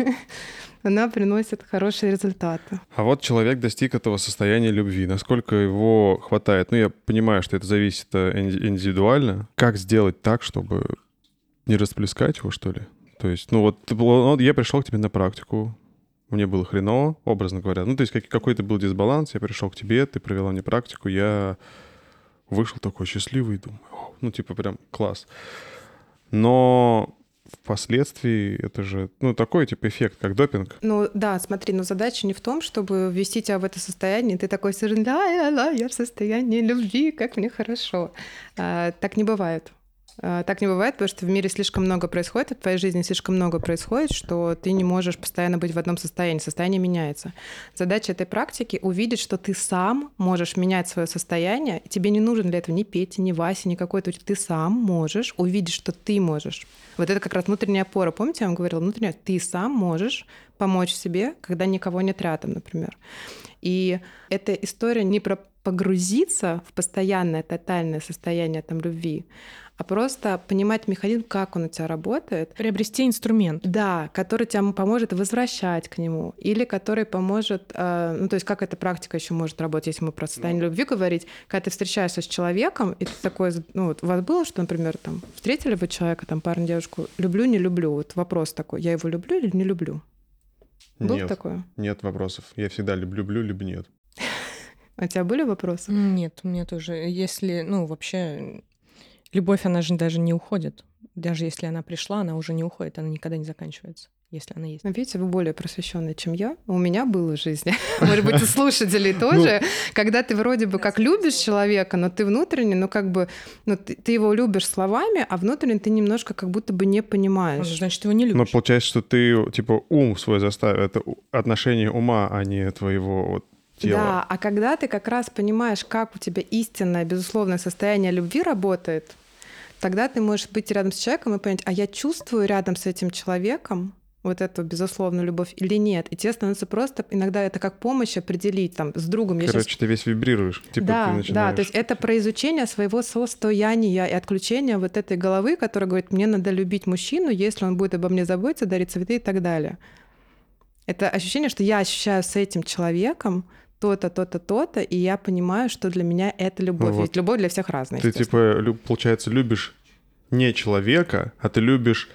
она приносит хорошие результаты. А вот человек достиг этого состояния любви. Насколько его хватает? Ну, я понимаю, что это зависит индивидуально. Как сделать так, чтобы не расплескать его, что ли? То есть, ну вот я пришел к тебе на практику, мне было хреново, образно говоря. Ну, то есть какой-то был дисбаланс, я пришел к тебе, ты провела мне практику, я вышел такой счастливый и думаю, ну, типа прям класс. Но впоследствии это же, ну, такой типа эффект, как допинг. Ну, да, смотри, но задача не в том, чтобы ввести тебя в это состояние, ты такой сижу, да, я в состоянии любви, как мне хорошо. А, так не бывает. Так не бывает, потому что в мире слишком много происходит, в твоей жизни слишком много происходит, что ты не можешь постоянно быть в одном состоянии. Состояние меняется. Задача этой практики — увидеть, что ты сам можешь менять свое состояние. Тебе не нужен для этого ни Петя, ни Вася, ни какой-то. Ты сам можешь увидеть, что ты можешь. Вот это как раз внутренняя опора. Помните, я вам говорила, внутренняя? Ты сам можешь помочь себе, когда никого нет рядом, например. И эта история не про погрузиться в постоянное тотальное состояние там любви, а просто понимать механизм, как он у тебя работает. Приобрести инструмент. Да, который тебе поможет возвращать к нему, или который поможет, э, ну то есть как эта практика еще может работать, если мы про состояние любви говорить, когда ты встречаешься с человеком, и ты такой, ну вот у вас было, что, например, там встретили вы человека, там парня, девушку, люблю, не люблю, вот вопрос такой, я его люблю или не люблю? Было Нет, такое? Нет вопросов. Я всегда либо люблю, либо нет. А у тебя были вопросы? Нет, у меня тоже. Если, ну, вообще, любовь, она же даже не уходит. Даже если она пришла, она уже не уходит, она никогда не заканчивается, если она есть. Ну, видите, вы более просвещенные, чем я. У меня было в жизни. Может быть, у слушателей тоже. Когда ты вроде бы как любишь человека, но ты внутренне, ну как бы, ну ты его любишь словами, а внутренне ты немножко как будто бы не понимаешь. Значит, его не любишь. Но получается, что ты, типа, ум свой заставил. Это отношение ума, а не твоего вот тела. Да, а когда ты как раз понимаешь, как у тебя истинное, безусловное состояние любви работает, тогда ты можешь быть рядом с человеком и понять, а я чувствую рядом с этим человеком вот эту безусловную любовь или нет. И тебе становится просто иногда это как помощь определить там с другом. Короче, я сейчас... ты весь вибрируешь. Типа да, ты начинаешь... да, то есть это про изучение своего состояния и отключение вот этой головы, которая говорит, мне надо любить мужчину, если он будет обо мне заботиться, дарить цветы и так далее. Это ощущение, что я ощущаю с этим человеком то-то, то-то, то-то, и я понимаю, что для меня это любовь. Вот. Ведь любовь для всех разная. Ты, типа, получается, любишь не человека, а ты любишь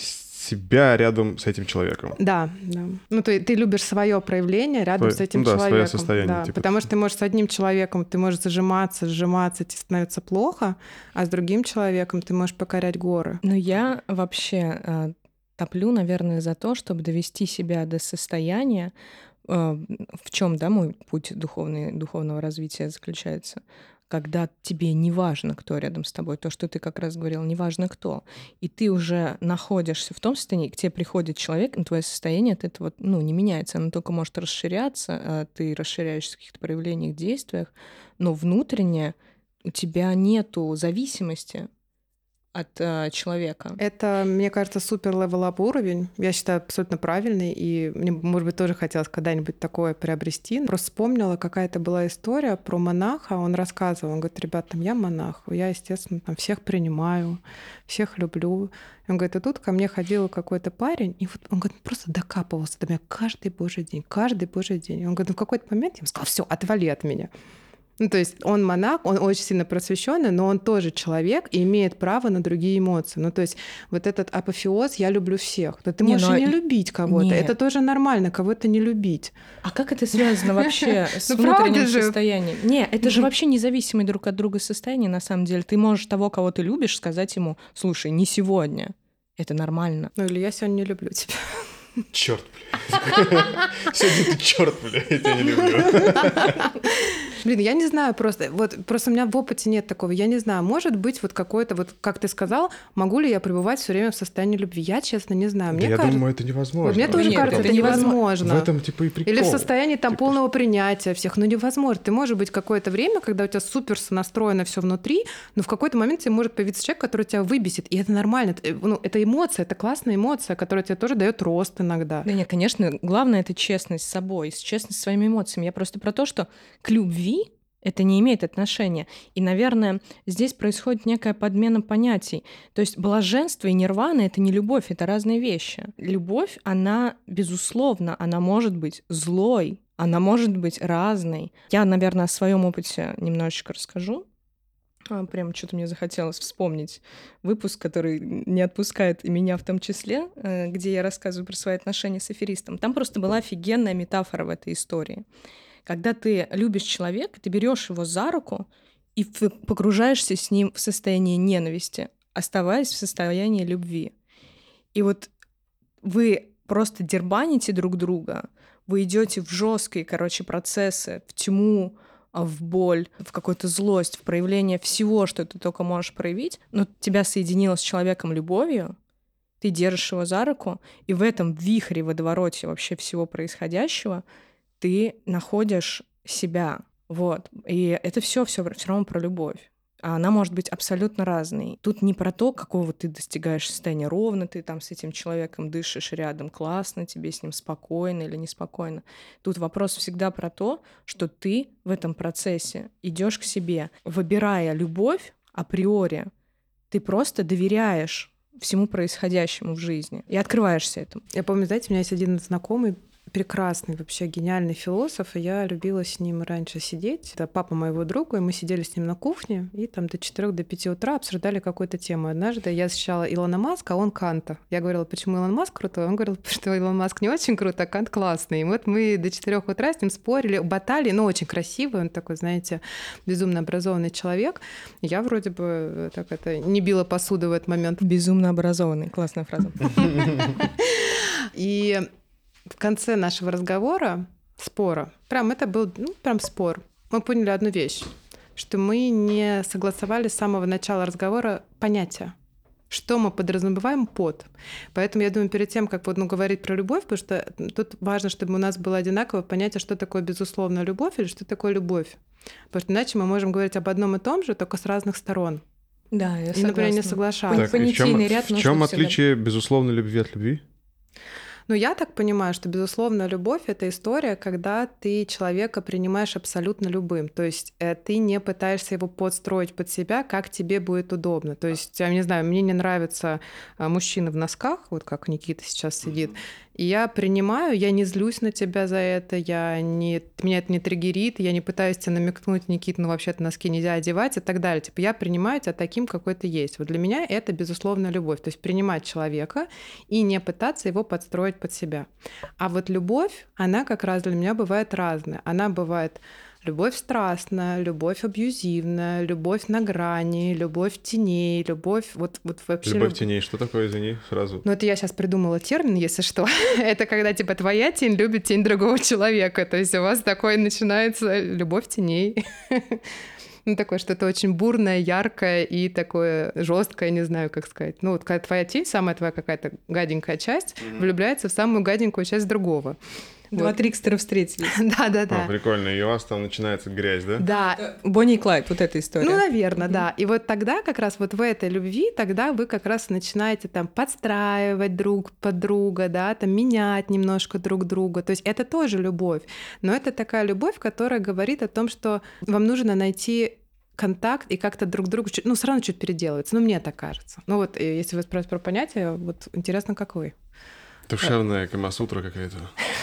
себя рядом с этим человеком. Да, да. Ну, ты, ты любишь свое проявление рядом Твое, с этим ну, да, человеком. свое состояние. Да, типа. потому что ты можешь с одним человеком, ты можешь зажиматься, сжиматься, тебе становится плохо, а с другим человеком ты можешь покорять горы. Но я вообще э, топлю, наверное, за то, чтобы довести себя до состояния, э, в чем, да, мой путь духовный, духовного развития заключается, когда тебе не важно, кто рядом с тобой, то, что ты как раз говорил, не важно кто, и ты уже находишься в том состоянии, к тебе приходит человек, и твое состояние от этого, ну, не меняется, оно только может расширяться, а ты расширяешься в каких-то проявлениях, действиях, но внутренне у тебя нету зависимости от э, человека. Это, мне кажется, супер левел-ап уровень. Я считаю, абсолютно правильный. И мне, может быть, тоже хотелось когда-нибудь такое приобрести. Просто вспомнила, какая-то была история про монаха. Он рассказывал, он говорит, ребят, там я монах, я, естественно, там всех принимаю, всех люблю. Он говорит, и тут ко мне ходил какой-то парень, и вот он говорит, просто докапывался до меня каждый божий день, каждый божий день. И он говорит, ну в какой-то момент я ему сказала, все, отвали от меня. Ну, то есть он монах, он очень сильно просвещенный, но он тоже человек и имеет право на другие эмоции. Ну, то есть вот этот апофеоз «я люблю всех». Да ты Не, можешь ну, и не любить кого-то. нет. Это тоже нормально, кого-то не любить. А как это связано вообще с Ну, внутренним правда же. состоянием? Не, это же вообще независимые друг от друга состояния, на самом деле. Ты можешь того, кого ты любишь, сказать ему, слушай, не сегодня. Это нормально. Ну, или я сегодня не люблю тебя. Черт, блядь. Сегодня ты черт, блядь, я тебя не люблю. Блин, я не знаю просто, вот просто у меня в опыте нет такого, я не знаю, может быть вот какой-то, вот как ты сказал, могу ли я пребывать все время в состоянии любви? Я, честно, не знаю. Мне Да я кажется, думаю, это невозможно. вот мне тоже Нет, кажется, это это невозможно. невозможно. В этом типа и прикол. Или в состоянии там Типа, полного принятия всех. Ну, невозможно. Ты можешь быть какое-то время, когда у тебя супер сонастроено все внутри, но в какой-то момент тебе может появиться человек, который тебя выбесит. И это нормально. Это, ну, это эмоция, это классная эмоция, которая тебе тоже дает рост иногда. Да нет, конечно, главное — это честность с собой, честность с своими эмоциями. Я просто про то, что к любви это не имеет отношения. И, наверное, здесь происходит некая подмена понятий. То есть блаженство и нирвана — это не любовь, это разные вещи. Любовь, она, безусловно, она может быть злой, она может быть разной. Я, наверное, о своем опыте немножечко расскажу. Прям что-то мне захотелось вспомнить выпуск, который не отпускает и меня в том числе, где я рассказываю про свои отношения с аферистом. Там просто была офигенная метафора в этой истории. Когда ты любишь человека, ты берешь его за руку и погружаешься с ним в состояние ненависти, оставаясь в состоянии любви. И вот вы просто дербаните друг друга, вы идете в жесткие, короче, процессы, в тьму, в боль, в какую-то злость, в проявление всего, что ты только можешь проявить, но тебя соединило с человеком любовью, ты держишь его за руку, и в этом вихре, водовороте вообще всего происходящего ты находишь себя. Вот. И это все все равно про любовь. а она может быть абсолютно разной. Тут не про то, какого ты достигаешь состояния, ровно ты там с этим человеком дышишь рядом, классно, тебе с ним спокойно или неспокойно. Тут вопрос всегда про то, что ты в этом процессе идешь к себе. Выбирая любовь априори, ты просто доверяешь всему происходящему в жизни и открываешься этому. Я помню, знаете, у меня есть один знакомый, прекрасный, вообще гениальный философ, и я любила с ним раньше сидеть. Это папа моего друга, и мы сидели с ним на кухне, и там до четырёх, до пяти утра обсуждали какую-то тему. Однажды я защищала Илона Маска, а он Канта. Я говорила, почему Илон Маск крутой? Он говорил, что Илон Маск не очень крутой, а Кант классный. И вот мы до четырёх утра с ним спорили, батали, но очень красивый, он такой, знаете, безумно образованный человек. Я вроде бы так это не била посуду в этот момент. Безумно образованный. Классная фраза. И в конце нашего разговора, спора, прям это был, ну, прям спор, мы поняли одну вещь, что мы не согласовали с самого начала разговора понятия, что мы подразумеваем под. Поэтому я думаю, перед тем, как вот, ну, говорить про любовь, потому что тут важно, чтобы у нас было одинаковое понятие, что такое безусловная любовь или что такое любовь. Потому что иначе мы можем говорить об одном и том же, только с разных сторон. Да, я и, например, не соглашаться. Так, и в чем, в чем отличие безусловной любви от любви? Ну, я так понимаю, что, безусловно, любовь — это история, когда ты человека принимаешь абсолютно любым. То есть э, ты не пытаешься его подстроить под себя, как тебе будет удобно. То есть, я не знаю, мне не нравится э, мужчина в носках, вот как Никита сейчас сидит, и я принимаю, я не злюсь на тебя за это, я не, меня это не триггерит, я не пытаюсь тебе намекнуть, Никита, ну вообще-то носки нельзя одевать и так далее. Типа я принимаю тебя таким, какой ты есть. Вот для меня это, безусловно, любовь. То есть принимать человека и не пытаться его подстроить под себя. А вот любовь, она как раз для меня бывает разная. Она бывает любовь страстная, любовь абьюзивная, любовь на грани, любовь теней, любовь вот, вот вообще... Любовь теней, что такое, извини, сразу? Ну это я сейчас придумала термин, если что. Это когда типа твоя тень любит тень другого человека. То есть у вас такое начинается любовь теней. Ну, такое что-то очень бурное, яркое и такое жесткое, не знаю, как сказать. Ну, вот когда твоя тень, самая твоя какая-то гаденькая часть, mm-hmm. влюбляется в самую гаденькую часть другого. Два вот. Трикстера встретились. Да-да-да. О, прикольно. И у вас там начинается грязь, да? Да. Бонни и Клайд, вот эта история. Ну, наверное, mm-hmm. да. И вот тогда как раз вот в этой любви, тогда вы как раз начинаете там подстраивать друг под друга, да, там менять немножко друг друга. То есть это тоже любовь. Но это такая любовь, которая говорит о том, что вам нужно найти контакт и как-то друг другу, ну, все равно чуть переделывается. Ну, мне так кажется. Ну, вот если вы спрашиваете про понятие, вот интересно, как вы. Душевная камасутра какая-то.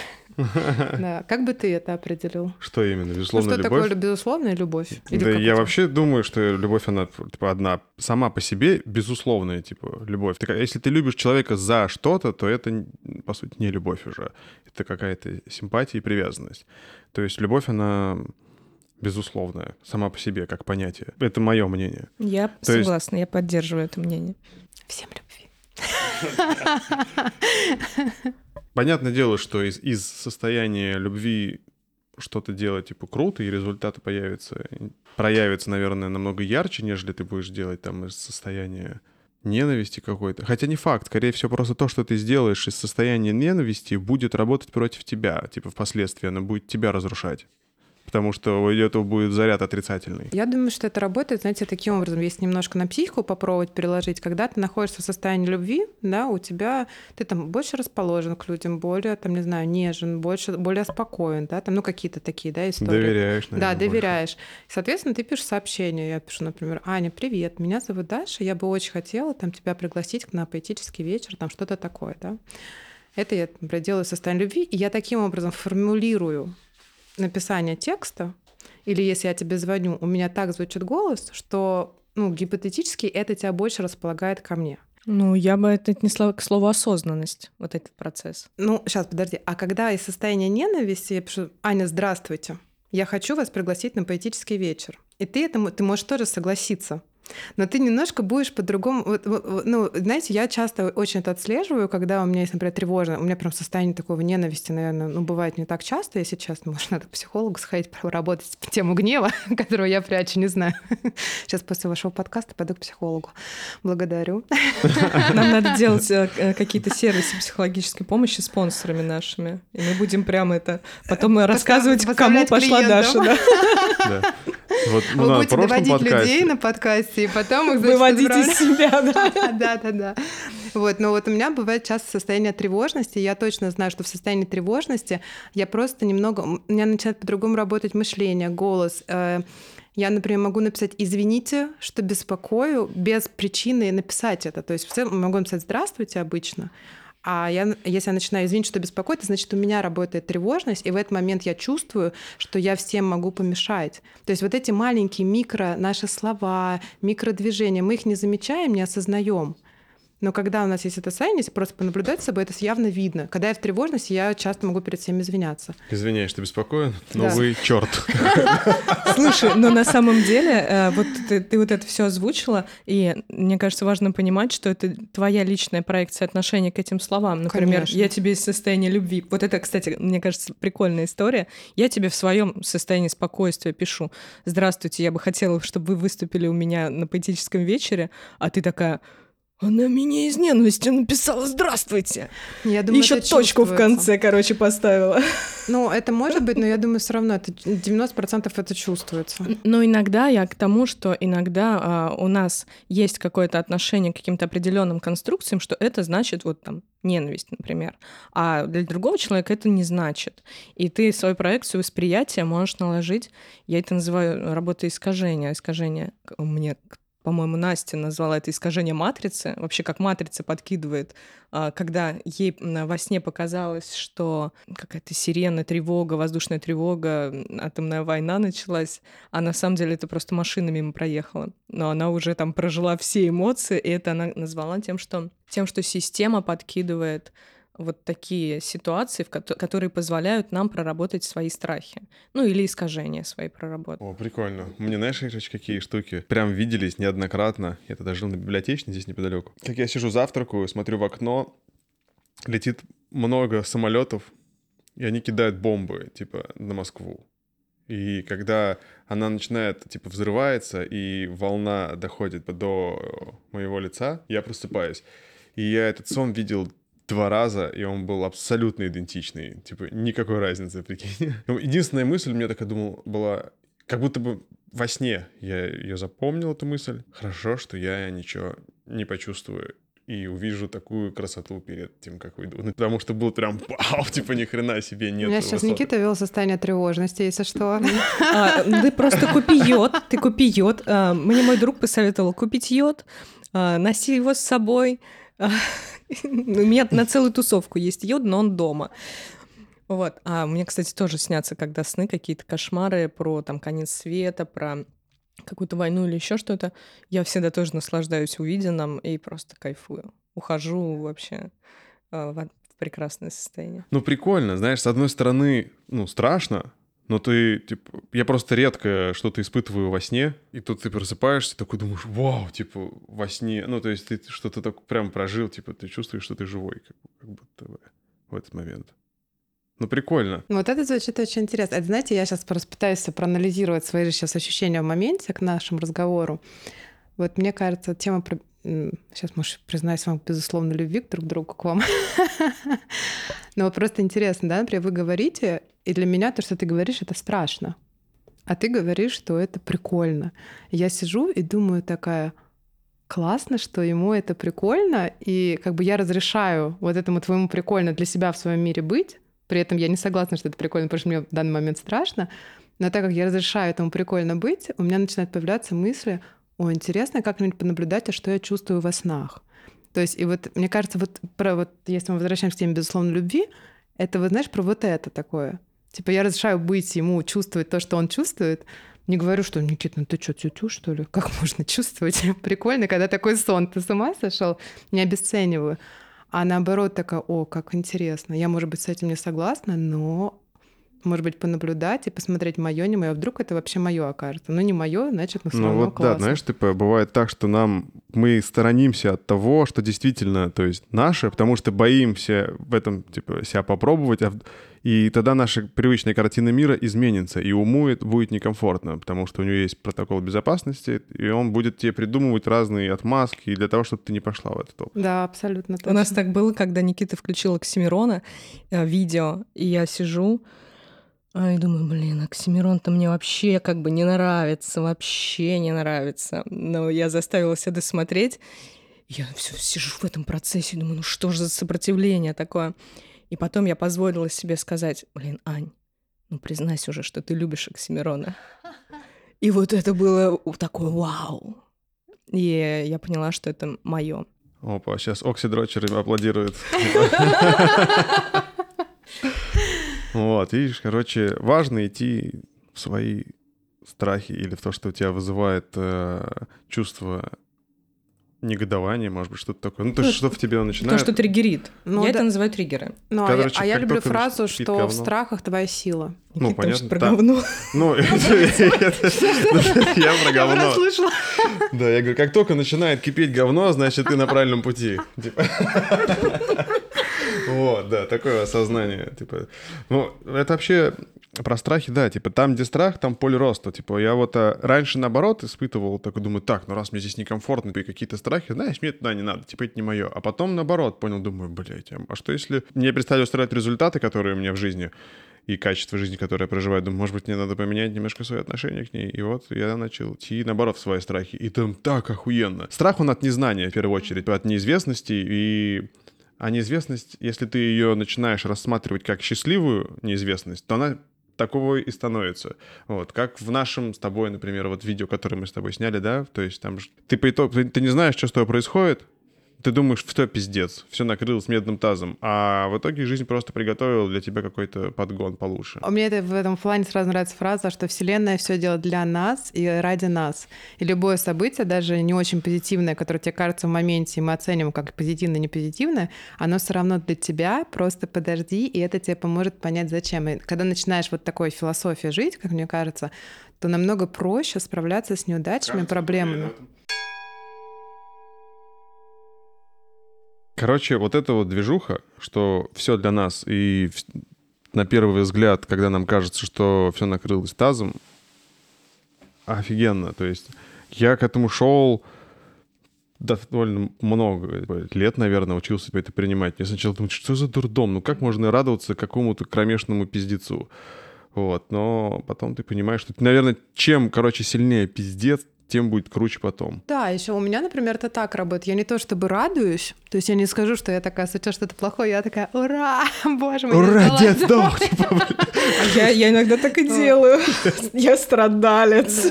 Да, как бы ты это определил? Что именно? Безусловная ну, что любовь? Что такое безусловная любовь? Или да, я вообще думаю, что любовь, она типа одна сама по себе безусловная, типа, любовь. Ты, если ты любишь человека за что-то, то это, по сути, не любовь уже. Это какая-то симпатия и привязанность. То есть любовь, она безусловная, сама по себе, как понятие. Это мое мнение. Я то согласна, есть... я поддерживаю это мнение. Всем любви. Понятное дело, что из, из состояния любви что-то делать, типа, круто, и результаты появятся, проявятся, наверное, намного ярче, нежели ты будешь делать там из состояния ненависти какой-то. Хотя не факт, скорее всего, просто то, что ты сделаешь из состояния ненависти, будет работать против тебя, типа, впоследствии оно будет тебя разрушать. Потому что у этого будет заряд отрицательный. Я думаю, что это работает, знаете, таким образом. Если немножко на психику попробовать переложить, когда ты находишься в состоянии любви, да, у тебя, ты там больше расположен к людям, более, там, не знаю, нежен, больше, более спокоен, да, там, ну, какие-то такие, да, истории. Доверяешь, наверное, Да, доверяешь. Больше. Соответственно, ты пишешь сообщение. Я пишу, например, Аня, привет, меня зовут Даша, я бы очень хотела там тебя пригласить на поэтический вечер, там, что-то такое, да. Это я, например, делаю в состоянии любви, и я таким образом формулирую написание текста, или если я тебе звоню, у меня так звучит голос, что, ну, гипотетически это тебя больше располагает ко мне. Ну, я бы это отнесла к слову осознанность, вот этот процесс. Ну, сейчас, подожди. А когда из состояния ненависти я пишу, Аня, здравствуйте, я хочу вас пригласить на поэтический вечер. И ты этому, ты можешь тоже согласиться. Но ты немножко будешь по-другому... Ну, знаете, я часто очень это отслеживаю, когда у меня есть, например, тревожно, у меня прям состояние такого ненависти, наверное, ну, бывает не так часто, если честно. Может, надо к психологу сходить, проработать тему гнева, которую я прячу, не знаю. Сейчас после вашего подкаста пойду к психологу. Благодарю. Нам надо делать какие-то сервисы психологической помощи спонсорами нашими, и мы будем прямо это... Потом рассказывать, к кому пошла Даша. Вот, ну, Вы на будете прошлом доводить подкасте- людей на подкасте, и потом их, значит, Выводить из отправлять. себя, да. Да-да-да. Вот, но вот у меня бывает часто состояние тревожности, и я точно знаю, что в состоянии тревожности я просто немного... У меня начинает по-другому работать мышление, голос. Э, Я, например, могу написать «извините, что беспокою», без причины написать это. То есть в целом могу написать «здравствуйте» обычно, а я, если я начинаю «извините, что беспокоит», это значит, у меня работает тревожность, и в этот момент я чувствую, что я всем могу помешать. То есть вот эти маленькие микро наши слова, микродвижения, мы их не замечаем, не осознаем. Но когда у нас есть это состояние, если просто понаблюдать за собой, это явно видно. Когда я в тревожности, я часто могу перед всеми извиняться. Извиняюсь, что беспокоен, но Да. вы черт. Слушай, но на самом деле, э, вот ты, ты вот это все озвучила, и мне кажется, важно понимать, что это твоя личная проекция отношения к этим словам. Например, Конечно. я тебе из состояния любви. Вот это, кстати, мне кажется, прикольная история. Я тебе в своем состоянии спокойствия пишу: «Здравствуйте, я бы хотела, чтобы вы выступили у меня на поэтическом вечере», а ты такая: «Она меня из ненависти написала «здравствуйте». Я думаю, Еще это точку в чувствуется. конце, короче, поставила. Ну, это может быть, но я думаю, все равно это девяносто процентов это чувствуется. Но иногда я к тому, что иногда а, у нас есть какое-то отношение к каким-то определенным конструкциям, что это значит вот там ненависть, например. А для другого человека это не значит. И ты свою проекцию восприятия можешь наложить, я это называю работой искажения. Искажение мне, по-моему, Настя назвала это искажение матрицы. Вообще, как матрица подкидывает, а, когда ей м, во сне показалось, что какая-то сирена, тревога, воздушная тревога, м, атомная война началась, а на самом деле это просто машина мимо проехала. Но она уже там прожила все эмоции, и это она назвала тем, что, тем, что система подкидывает вот такие ситуации, в кото- которые позволяют нам проработать свои страхи. Ну, или искажения свои проработать. О, прикольно. Мне, знаешь, короче, какие штуки? Прям виделись неоднократно. Я тогда жил на Библиотечной, здесь неподалеку. Как я сижу, завтракаю, смотрю в окно, летит много самолетов, и они кидают бомбы, типа, на Москву. И когда она начинает, типа, взрывается, и волна доходит до моего лица, я просыпаюсь. И я этот сон видел два раза, и он был абсолютно идентичный. Типа, никакой разницы, прикинь. Ну, единственная мысль у меня такая, думал, была, как будто бы во сне я ее запомнил, эту мысль. Хорошо, что я ничего не почувствую и увижу такую красоту перед тем, как выйду. Ну, потому что был прям вау, типа, ни хрена себе нет. У меня сейчас высот. Никита вел состояние тревожности, если что. А, ты просто купи йод, ты купи йод. А, Мне мой друг посоветовал купить йод, а, носи его с собой. А, У меня на целую тусовку есть йод, но он дома. Вот. А мне, кстати, тоже снятся, когда сны, какие-то кошмары про там конец света, про какую-то войну или еще что-то. Я всегда тоже наслаждаюсь увиденным и просто кайфую. Ухожу вообще а, в в прекрасное состояние. Ну, прикольно, знаешь, с одной стороны, ну, страшно, но ты, типа, я просто редко что-то испытываю во сне, и тут ты просыпаешься, такой думаешь, вау, типа, во сне, ну, то есть ты что-то так прям прожил, типа, ты чувствуешь, что ты живой, как, как будто бы в этот момент. Ну, прикольно. Вот это звучит очень интересно. Это, знаете, я сейчас просто пытаюсь проанализировать свои же сейчас ощущения в моменте к нашему разговору. Вот мне кажется, тема про... Сейчас, может, признаюсь вам, безусловно, любви друг к другу, к вам. Но вот просто интересно, да, например, вы говорите, и для меня то, что ты говоришь, это страшно. А ты говоришь, что это прикольно. Я сижу и думаю такая, классно, что ему это прикольно, и как бы я разрешаю вот этому твоему прикольно для себя в своем мире быть. При этом я не согласна, что это прикольно, потому что мне в данный момент страшно. Но так как я разрешаю этому прикольно быть, у меня начинают появляться мысли: о, интересно как-нибудь понаблюдать, а что я чувствую во снах. То есть, и вот, мне кажется, вот, про, вот если мы возвращаемся к теме безусловной любви, это, вот, знаешь, про вот это такое. Типа я разрешаю быть ему, чувствовать то, что он чувствует. Не говорю, что Никит, ну ты что, тю-тю, что ли? Как можно чувствовать? Прикольно, когда такой сон. Ты с ума сошел? Не обесцениваю. А наоборот такая, о, как интересно. Я, может быть, с этим не согласна, но, может быть, понаблюдать и посмотреть мое, не мое. Вдруг это вообще мое окажется. Ну, не мое, значит, ну, все Ну равно вот классно. да, знаешь, типа бывает так, что нам мы сторонимся от того, что действительно, то есть наше, потому что боимся в этом типа себя попробовать, а в- и тогда наша привычная картина мира изменится, и уму это будет некомфортно, потому что у него есть протокол безопасности, и он будет тебе придумывать разные отмазки для того, чтобы ты не пошла в этот опыт. Да, абсолютно точно. У нас так было, когда Никита включил Оксимирона э, видео, и я сижу, А я думаю, блин, Оксимирон-то мне вообще как бы не нравится, вообще не нравится. Но я заставила себя досмотреть. Я все сижу в этом процессе, думаю, ну что же за сопротивление такое? И потом я позволила себе сказать, блин, Ань, ну признайся уже, что ты любишь Оксимирона. И вот это было такое вау. И я поняла, что это мое. Опа, сейчас Окси-дрочеры аплодируют. Вот, видишь, короче, важно идти в свои страхи или в то, что у тебя вызывает э, чувство негодования, может быть, что-то такое. Ну, то, Ну, что в тебе То, начинает... что триггерит. Ну, я да. это называю триггеры. Ну, а Короче, я, а я как люблю только фразу, начинает пить что в говно. страхах твоя сила. Ну, Никита, понятно. про да. говно. Ну, это- это- я про говно. Расслышала. Да, я говорю, как только начинает кипеть говно, значит, ты на правильном пути. Типа. Вот, да, такое осознание. Типа. Ну, это вообще про страхи, да, типа, там, где страх, там поле роста. Типа, я вот а, раньше, наоборот, испытывал, такой, думаю, так, ну раз мне здесь некомфортно, и какие-то страхи, знаешь, мне туда не надо, типа, это не мое. А потом, наоборот, понял, думаю, блядь, а что если мне перестали устраивать результаты, которые у меня в жизни, и качество жизни, которое я проживаю, думаю, может быть, мне надо поменять немножко свое отношение к ней. И вот я начал идти, наоборот, в свои страхи. И там так охуенно. Страх, он от незнания, в первую очередь, от неизвестности. И... А неизвестность, если ты ее начинаешь рассматривать как счастливую неизвестность, то она такого и становится. Вот, как в нашем с тобой, например, вот видео, которое мы с тобой сняли, да, то есть там ж- ты по итогу, ты, ты не знаешь, что с тобой происходит, ты думаешь, что пиздец, все накрылось медным тазом, а в итоге жизнь просто приготовила для тебя какой-то подгон получше. Мне это в этом плане сразу нравится фраза, что Вселенная все делает для нас и ради нас. И любое событие, даже не очень позитивное, которое тебе кажется в моменте, и мы оценим как позитивное, не позитивное, оно все равно для тебя, просто подожди, и это тебе поможет понять, зачем. И когда начинаешь вот такой философией жить, как мне кажется, то намного проще справляться с неудачами, проблемами. Короче, вот эта вот движуха, что все для нас, и в- на первый взгляд, когда нам кажется, что все накрылось тазом, офигенно. То есть я к этому шел довольно много лет, наверное, учился это принимать. Я сначала думал, что за дурдом? Ну как можно радоваться какому-то кромешному пиздецу? Вот, но потом ты понимаешь, что, наверное, чем, короче, сильнее пиздец, тем будет круче потом. Да, еще у меня, например, это так работает. Я не то чтобы радуюсь, то есть я не скажу, что я такая, случилось что-то плохое, я такая, ура, боже мой. Ура, я дед сдала». сдох! Типа, блин. А я, я иногда так и делаю. Я страдалец.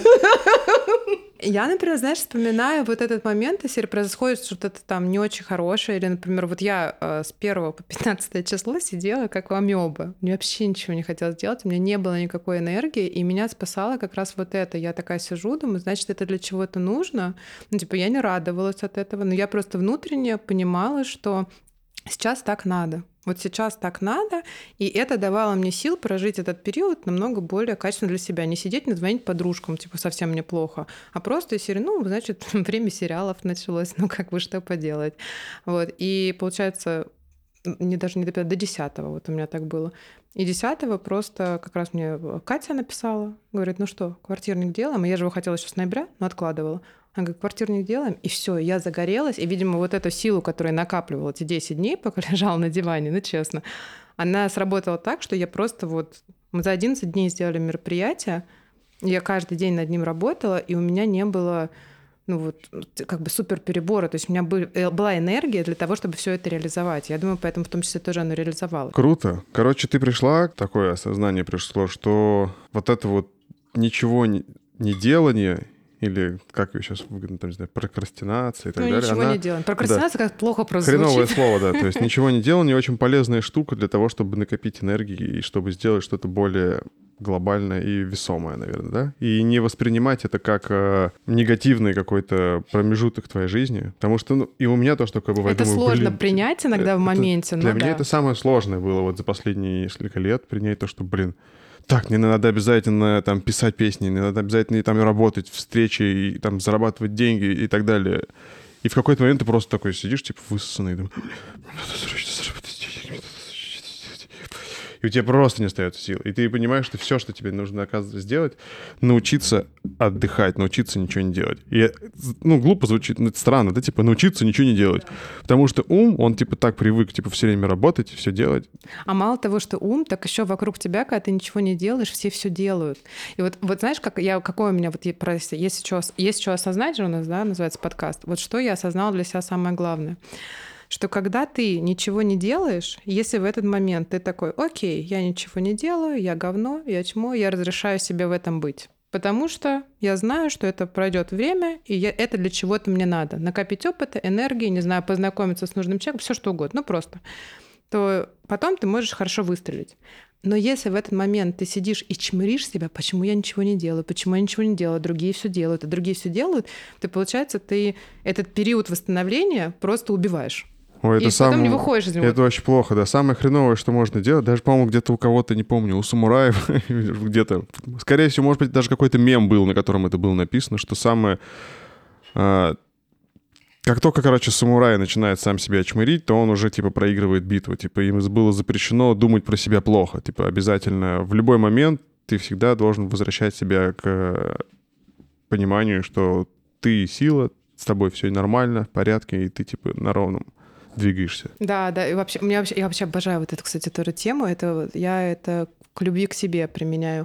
Я, например, знаешь, вспоминаю вот этот момент, если происходит что-то там не очень хорошее, или, например, вот я э, с первого по пятнадцатое число сидела как амеба, мне вообще ничего не хотелось делать, у меня не было никакой энергии, и меня спасало как раз вот это. Я такая сижу, думаю, значит, это для чего-то нужно. Ну, типа, я не радовалась от этого, но я просто внутренне понимала, что сейчас так надо. Вот сейчас так надо, и это давало мне сил прожить этот период намного более качественно для себя. Не сидеть, не звонить подружкам, типа, совсем мне плохо, а просто из серии, ну, значит, время сериалов началось, ну, как бы, что поделать. Вот, и получается, не даже не до, до десятого, вот у меня так было. И десятого просто как раз мне Катя написала, говорит, ну что, квартирник делаем, и я же его хотела еще с ноября, но откладывала. Она говорит, квартирник делаем, и все, я загорелась, и, видимо, вот эту силу, которую я накапливала эти десять дней, пока лежала на диване, ну, честно, она сработала так, что я просто вот... Мы за одиннадцать дней сделали мероприятие, я каждый день над ним работала, и у меня не было, ну, вот, как бы супер перебора, то есть у меня был, была энергия для того, чтобы все это реализовать. Я думаю, поэтому в том числе тоже оно реализовало. Круто. Короче, ты пришла, такое осознание пришло, что вот это вот ничего не, не делание или как ее сейчас выгодно, там, не знаю, прокрастинация и так ну, далее. ничего она... не делаем. Прокрастинация да. Как плохо просто Хреновое звучит. слово, да. То есть ничего не делание очень полезная штука для того, чтобы накопить энергии и чтобы сделать что-то более глобальное и весомое, наверное, да? И не воспринимать это как э, негативный какой-то промежуток в твоей жизни. Потому что, ну, и у меня тоже такое бывает. Это думаю, сложно блин, принять иногда это, в моменте. Для ну, меня да. это самое сложное было вот за последние несколько лет, принять то, что, блин, так, мне надо обязательно там писать песни, мне надо обязательно там работать, встречи, и там зарабатывать деньги и так далее. И в какой-то момент ты просто такой сидишь, типа, высосанный, и думаешь, мне надо срочно заработать денег, мне надо срочно сделать. и у тебя просто не остается сил. И ты понимаешь, что все, что тебе нужно, оказывается, сделать, научиться отдыхать, научиться ничего не делать. И, ну, глупо звучит, но это странно, да, типа, научиться ничего не делать. Потому что ум, он, типа, так привык, типа, все время работать, все делать. А мало того, что ум, так еще вокруг тебя, когда ты ничего не делаешь, все все делают. И вот, вот знаешь, как я, какое у меня вот есть, есть, что, есть что осознать же у нас, да, называется подкаст. Вот что я осознала для себя самое главное. Что когда ты ничего не делаешь, если в этот момент ты такой, окей, я ничего не делаю, я говно, я чмо, я разрешаю себе в этом быть. Потому что я знаю, что это пройдет время, и я, это для чего-то мне надо. Накопить опыта, энергии, не знаю, познакомиться с нужным человеком, все что угодно, ну просто. То потом ты можешь хорошо выстрелить. Но если в этот момент ты сидишь и чмыришь себя, почему я ничего не делаю, почему я ничего не делаю, другие все делают, а другие все делают, то получается, ты этот период восстановления просто убиваешь. Ой, это и сам... потом не выходишь из него. Это очень плохо, да. Самое хреновое, что можно делать, даже, по-моему, где-то у кого-то, не помню, у самураев где-то, скорее всего, может быть, даже какой-то мем был, на котором это было написано, что самое... А, как только, короче, самурай начинает сам себя чмырить, то он уже, типа, проигрывает битву. Типа, им было запрещено думать про себя плохо. Типа, обязательно в любой момент ты всегда должен возвращать себя к пониманию, что ты сила, с тобой все нормально, в порядке, и ты, типа, на ровном двигаешься. Да, да, и вообще, у меня вообще, я вообще обожаю вот эту, кстати, тоже тему. Это я это к любви к себе применяю.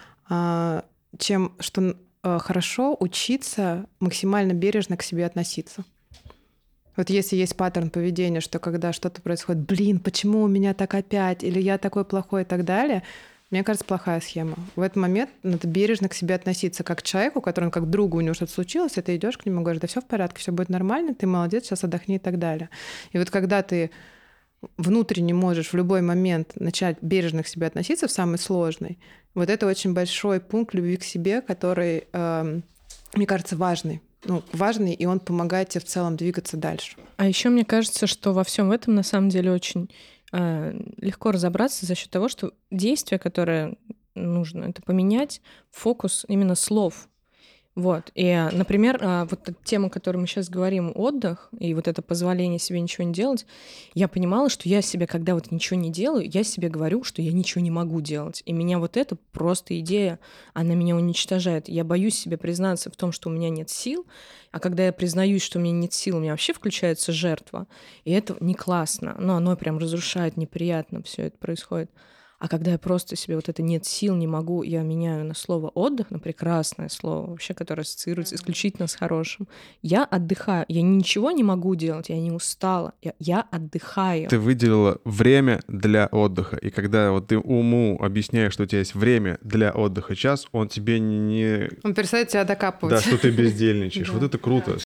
А, чем что а, хорошо учиться максимально бережно к себе относиться. Вот если есть паттерн поведения, что когда что-то происходит, блин, почему у меня так опять, или я такой плохой и так далее, мне кажется, плохая схема. В этот момент надо бережно к себе относиться как к человеку, который, как к другу, у него что-то случилось, и ты идешь к нему и говоришь, да все в порядке, все будет нормально, ты молодец, сейчас отдохни и так далее. И вот когда ты внутренне можешь в любой момент начать бережно к себе относиться в самый сложный, вот это очень большой пункт любви к себе, который, э, мне кажется, важный. Ну, важный, и он помогает тебе в целом двигаться дальше. А еще мне кажется, что во всем этом на самом деле очень э, легко разобраться за счет того, что действие, которое нужно, это поменять фокус именно слов. Вот. И, например, вот эта тема, о которой мы сейчас говорим, отдых, и вот это позволение себе ничего не делать, я понимала, что я себе, когда вот ничего не делаю, я себе говорю, что я ничего не могу делать. И меня вот эта просто идея, она меня уничтожает. Я боюсь себе признаться в том, что у меня нет сил, а когда я признаюсь, что у меня нет сил, у меня вообще включается жертва. И это не классно. Но оно прям разрушает, неприятно все это происходит. А когда я просто себе вот это нет сил, не могу, я меняю на слово отдых, на прекрасное слово, вообще, которое ассоциируется исключительно с хорошим. Я отдыхаю. Я ничего не могу делать, я не устала. Я, я отдыхаю. Ты выделила время для отдыха. И когда вот ты уму объясняешь, что у тебя есть время для отдыха час, он тебе не... Он перестает тебя докапывать. Да, что ты бездельничаешь. Вот это круто.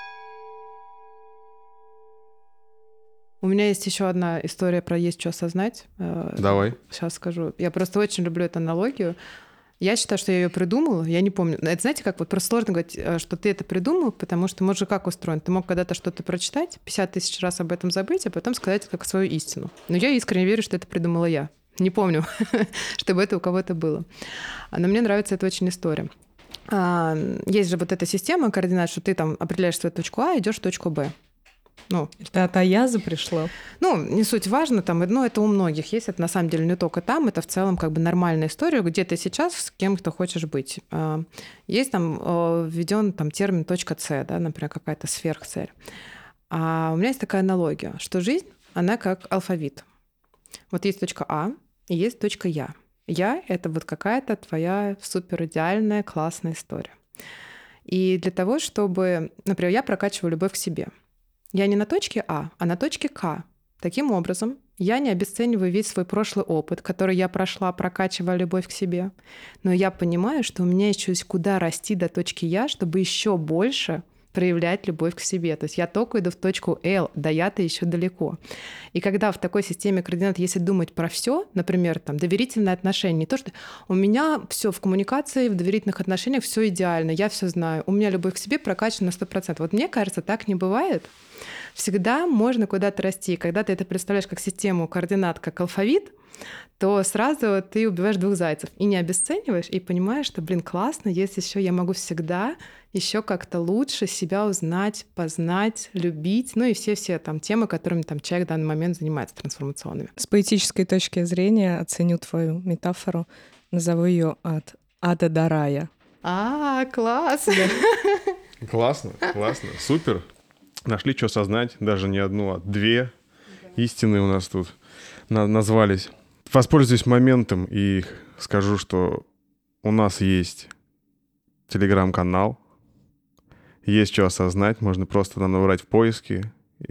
У меня есть еще одна история про есть что осознать. Давай. Сейчас скажу. Я просто очень люблю эту аналогию. Я считаю, что я ее придумала. Я не помню. Это знаете, как вот просто сложно говорить, что ты это придумал, потому что мозг как устроен. Ты мог когда-то что-то прочитать, пятьдесят тысяч раз об этом забыть, а потом сказать как свою истину. Но я искренне верю, что это придумала я. Не помню, чтобы это у кого-то было. Но мне нравится эта очень история. Есть же вот эта система координат, что ты там определяешь свою точку А, идешь в точку Б. Ну, это от Аяза пришло? Ну, не суть важно, там, ну, это у многих есть, это на самом деле не только там, это в целом как бы нормальная история, где ты сейчас с кем ты хочешь быть. Есть там введен там термин точка С, да, например, какая-то сверхцель. А у меня есть такая аналогия, что жизнь, она как алфавит. Вот есть точка А и есть точка Я. Я — это вот какая-то твоя суперидеальная классная история. И для того, чтобы, например, я прокачиваю любовь к себе. Я не на точке А, а на точке К. Таким образом, я не обесцениваю весь свой прошлый опыт, который я прошла, прокачивая любовь к себе. Но я понимаю, что у меня еще есть куда расти до точки Я, чтобы еще больше проявлять любовь к себе. То есть я только иду в точку Л, до Я-то еще далеко. И когда в такой системе координат, если думать про все, например, там, доверительные отношения, не то, что у меня все в коммуникации, в доверительных отношениях все идеально, я все знаю, у меня любовь к себе прокачана на сто процентов. Вот мне кажется, так не бывает. Всегда можно куда-то расти. Когда ты это представляешь как систему координат, как алфавит, то сразу ты убиваешь двух зайцев и не обесцениваешь, и понимаешь, что, блин, классно, если еще я могу всегда еще как-то лучше себя узнать, познать, любить, ну и все-все там темы, которыми там человек в данный момент занимается трансформационными. С поэтической точки зрения оценю твою метафору, назову ее от ада до рая. А, класс! Классно, классно, супер. Нашли, что сознать, даже не одну, а две истины у нас тут на- назвались. Воспользуюсь моментом и скажу, что у нас есть телеграм-канал, есть что осознать, можно просто там набрать в поиске,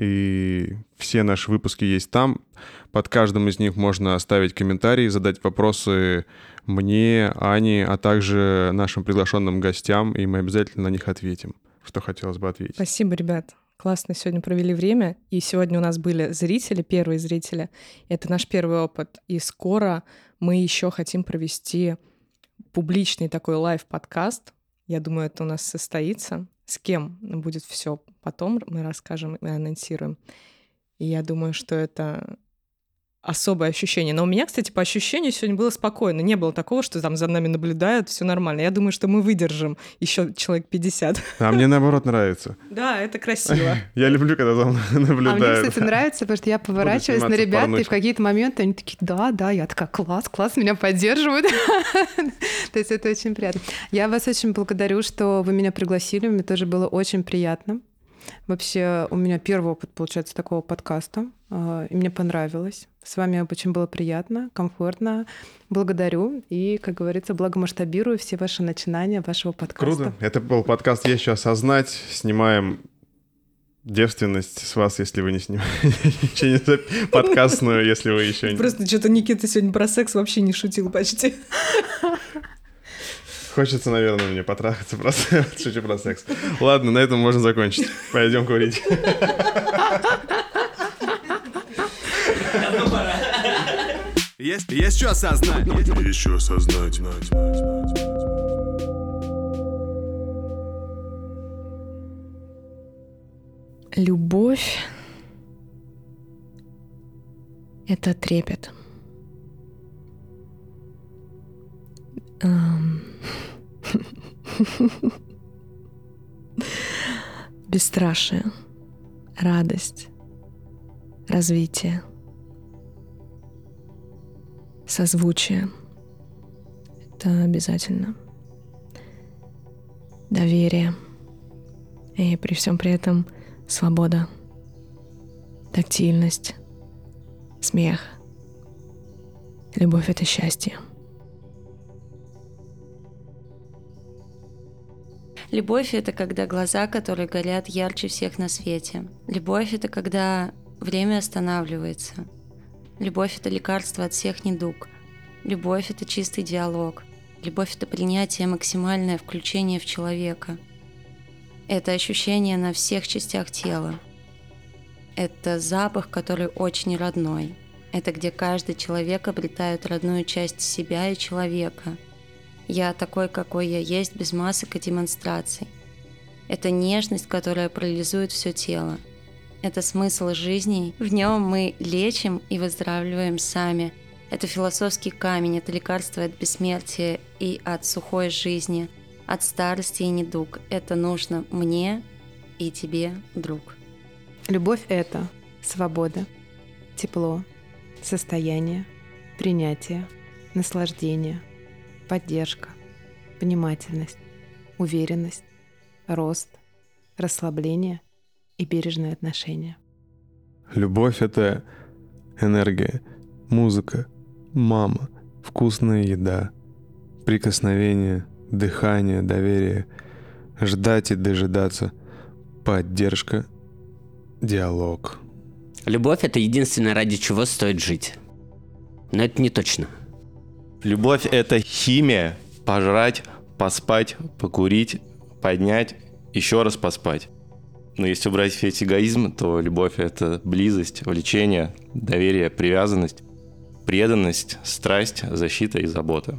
и все наши выпуски есть там. Под каждым из них можно оставить комментарии, задать вопросы мне, Ане, а также нашим приглашенным гостям, и мы обязательно на них ответим, что хотелось бы ответить. Спасибо, ребят. Классно сегодня провели время. И сегодня у нас были зрители, первые зрители. Это наш первый опыт. И скоро мы еще хотим провести публичный такой лайв-подкаст. Я думаю, это у нас состоится. С кем будет все потом, мы расскажем и анонсируем. И я думаю, что это особое ощущение. Но у меня, кстати, по ощущению сегодня было спокойно. Не было такого, что там за нами наблюдают, все нормально. Я думаю, что мы выдержим еще человек пятьдесят. А мне наоборот нравится. Да, это красиво. Я люблю, когда за мной наблюдают. А мне, кстати, нравится, потому что я поворачиваюсь на ребят, и в какие-то моменты они такие, да, да, я такая, класс, класс, меня поддерживают. То есть это очень приятно. Я вас очень благодарю, что вы меня пригласили, мне тоже было очень приятно. Вообще, у меня первый опыт, получается, такого подкаста, и мне понравилось. С вами очень было приятно, комфортно. Благодарю и, как говорится, благомасштабирую все ваши начинания вашего подкаста. Круто. Это был подкаст «Есть что осознать». Снимаем девственность с вас, если вы не снимаете. Подкастную, если вы еще не... Просто что-то Никита сегодня про секс вообще не шутил почти. Хочется, наверное, мне потрахаться, просто шучу про секс. Ладно, на этом можно закончить. Пойдем курить. Есть, есть что осознать. Есть что осознать. Любовь — это трепет. Бесстрашие, радость, развитие, созвучие — это обязательно. Доверие и при всем при этом свобода, тактильность, смех. Любовь — это счастье. Любовь — это когда глаза, которые горят ярче всех на свете. Любовь — это когда время останавливается. Любовь — это лекарство от всех недуг. Любовь — это чистый диалог. Любовь — это принятие, максимальное включение в человека. Это ощущение на всех частях тела. Это запах, который очень родной. Это где каждый человек обретает родную часть себя и человека. Я такой, какой я есть, без масок и демонстраций. Это нежность, которая парализует все тело. Это смысл жизни. В нем мы лечим и выздоравливаем сами. Это философский камень, это лекарство от бессмертия и от сухой жизни, от старости и недуг. Это нужно мне и тебе, друг. Любовь — это свобода, тепло, состояние, принятие, наслаждение, поддержка, внимательность, уверенность, рост, расслабление и бережное отношение. Любовь — это энергия, музыка, мама, вкусная еда, прикосновение, дыхание, доверие, ждать и дожидаться, поддержка, диалог. Любовь — это единственное, ради чего стоит жить. Но это не точно. Любовь — это химия. Пожрать, поспать, покурить, поднять, еще раз поспать. Но если убрать весь эгоизм, то любовь — это близость, влечение, доверие, привязанность, преданность, страсть, защита и забота.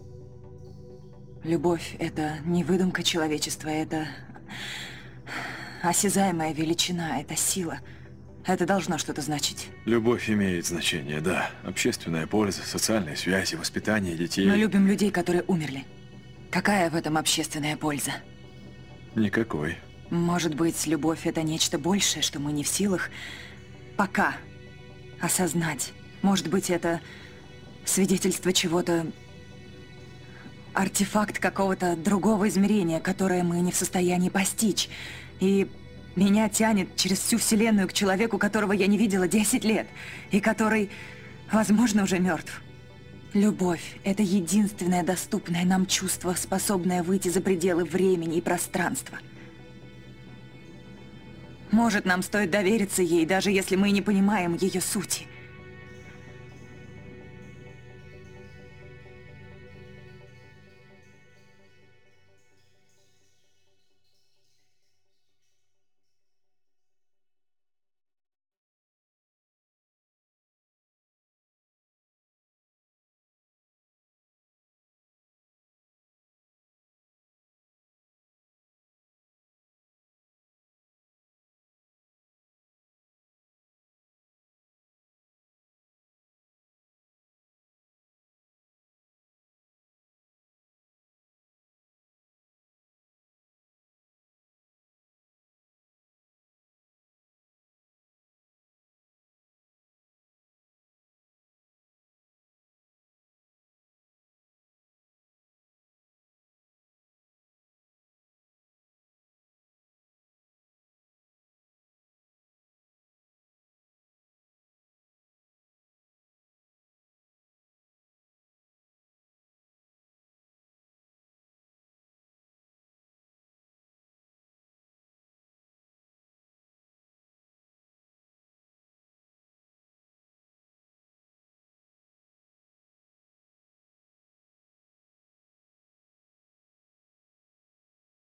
Любовь — это не выдумка человечества, это осязаемая величина, это сила. Это должно что-то значить. Любовь имеет значение, да. Общественная польза, социальные связи, воспитание детей. Мы любим людей, которые умерли. Какая в этом общественная польза? Никакой. Может быть, любовь — это нечто большее, что мы не в силах пока осознать. Может быть, это свидетельство чего-то, артефакт какого-то другого измерения, которое мы не в состоянии постичь. И меня тянет через всю вселенную к человеку, которого я не видела десять лет, и который, возможно, уже мертв. Любовь — это единственное доступное нам чувство, способное выйти за пределы времени и пространства. Может, нам стоит довериться ей, даже если мы не понимаем ее сути.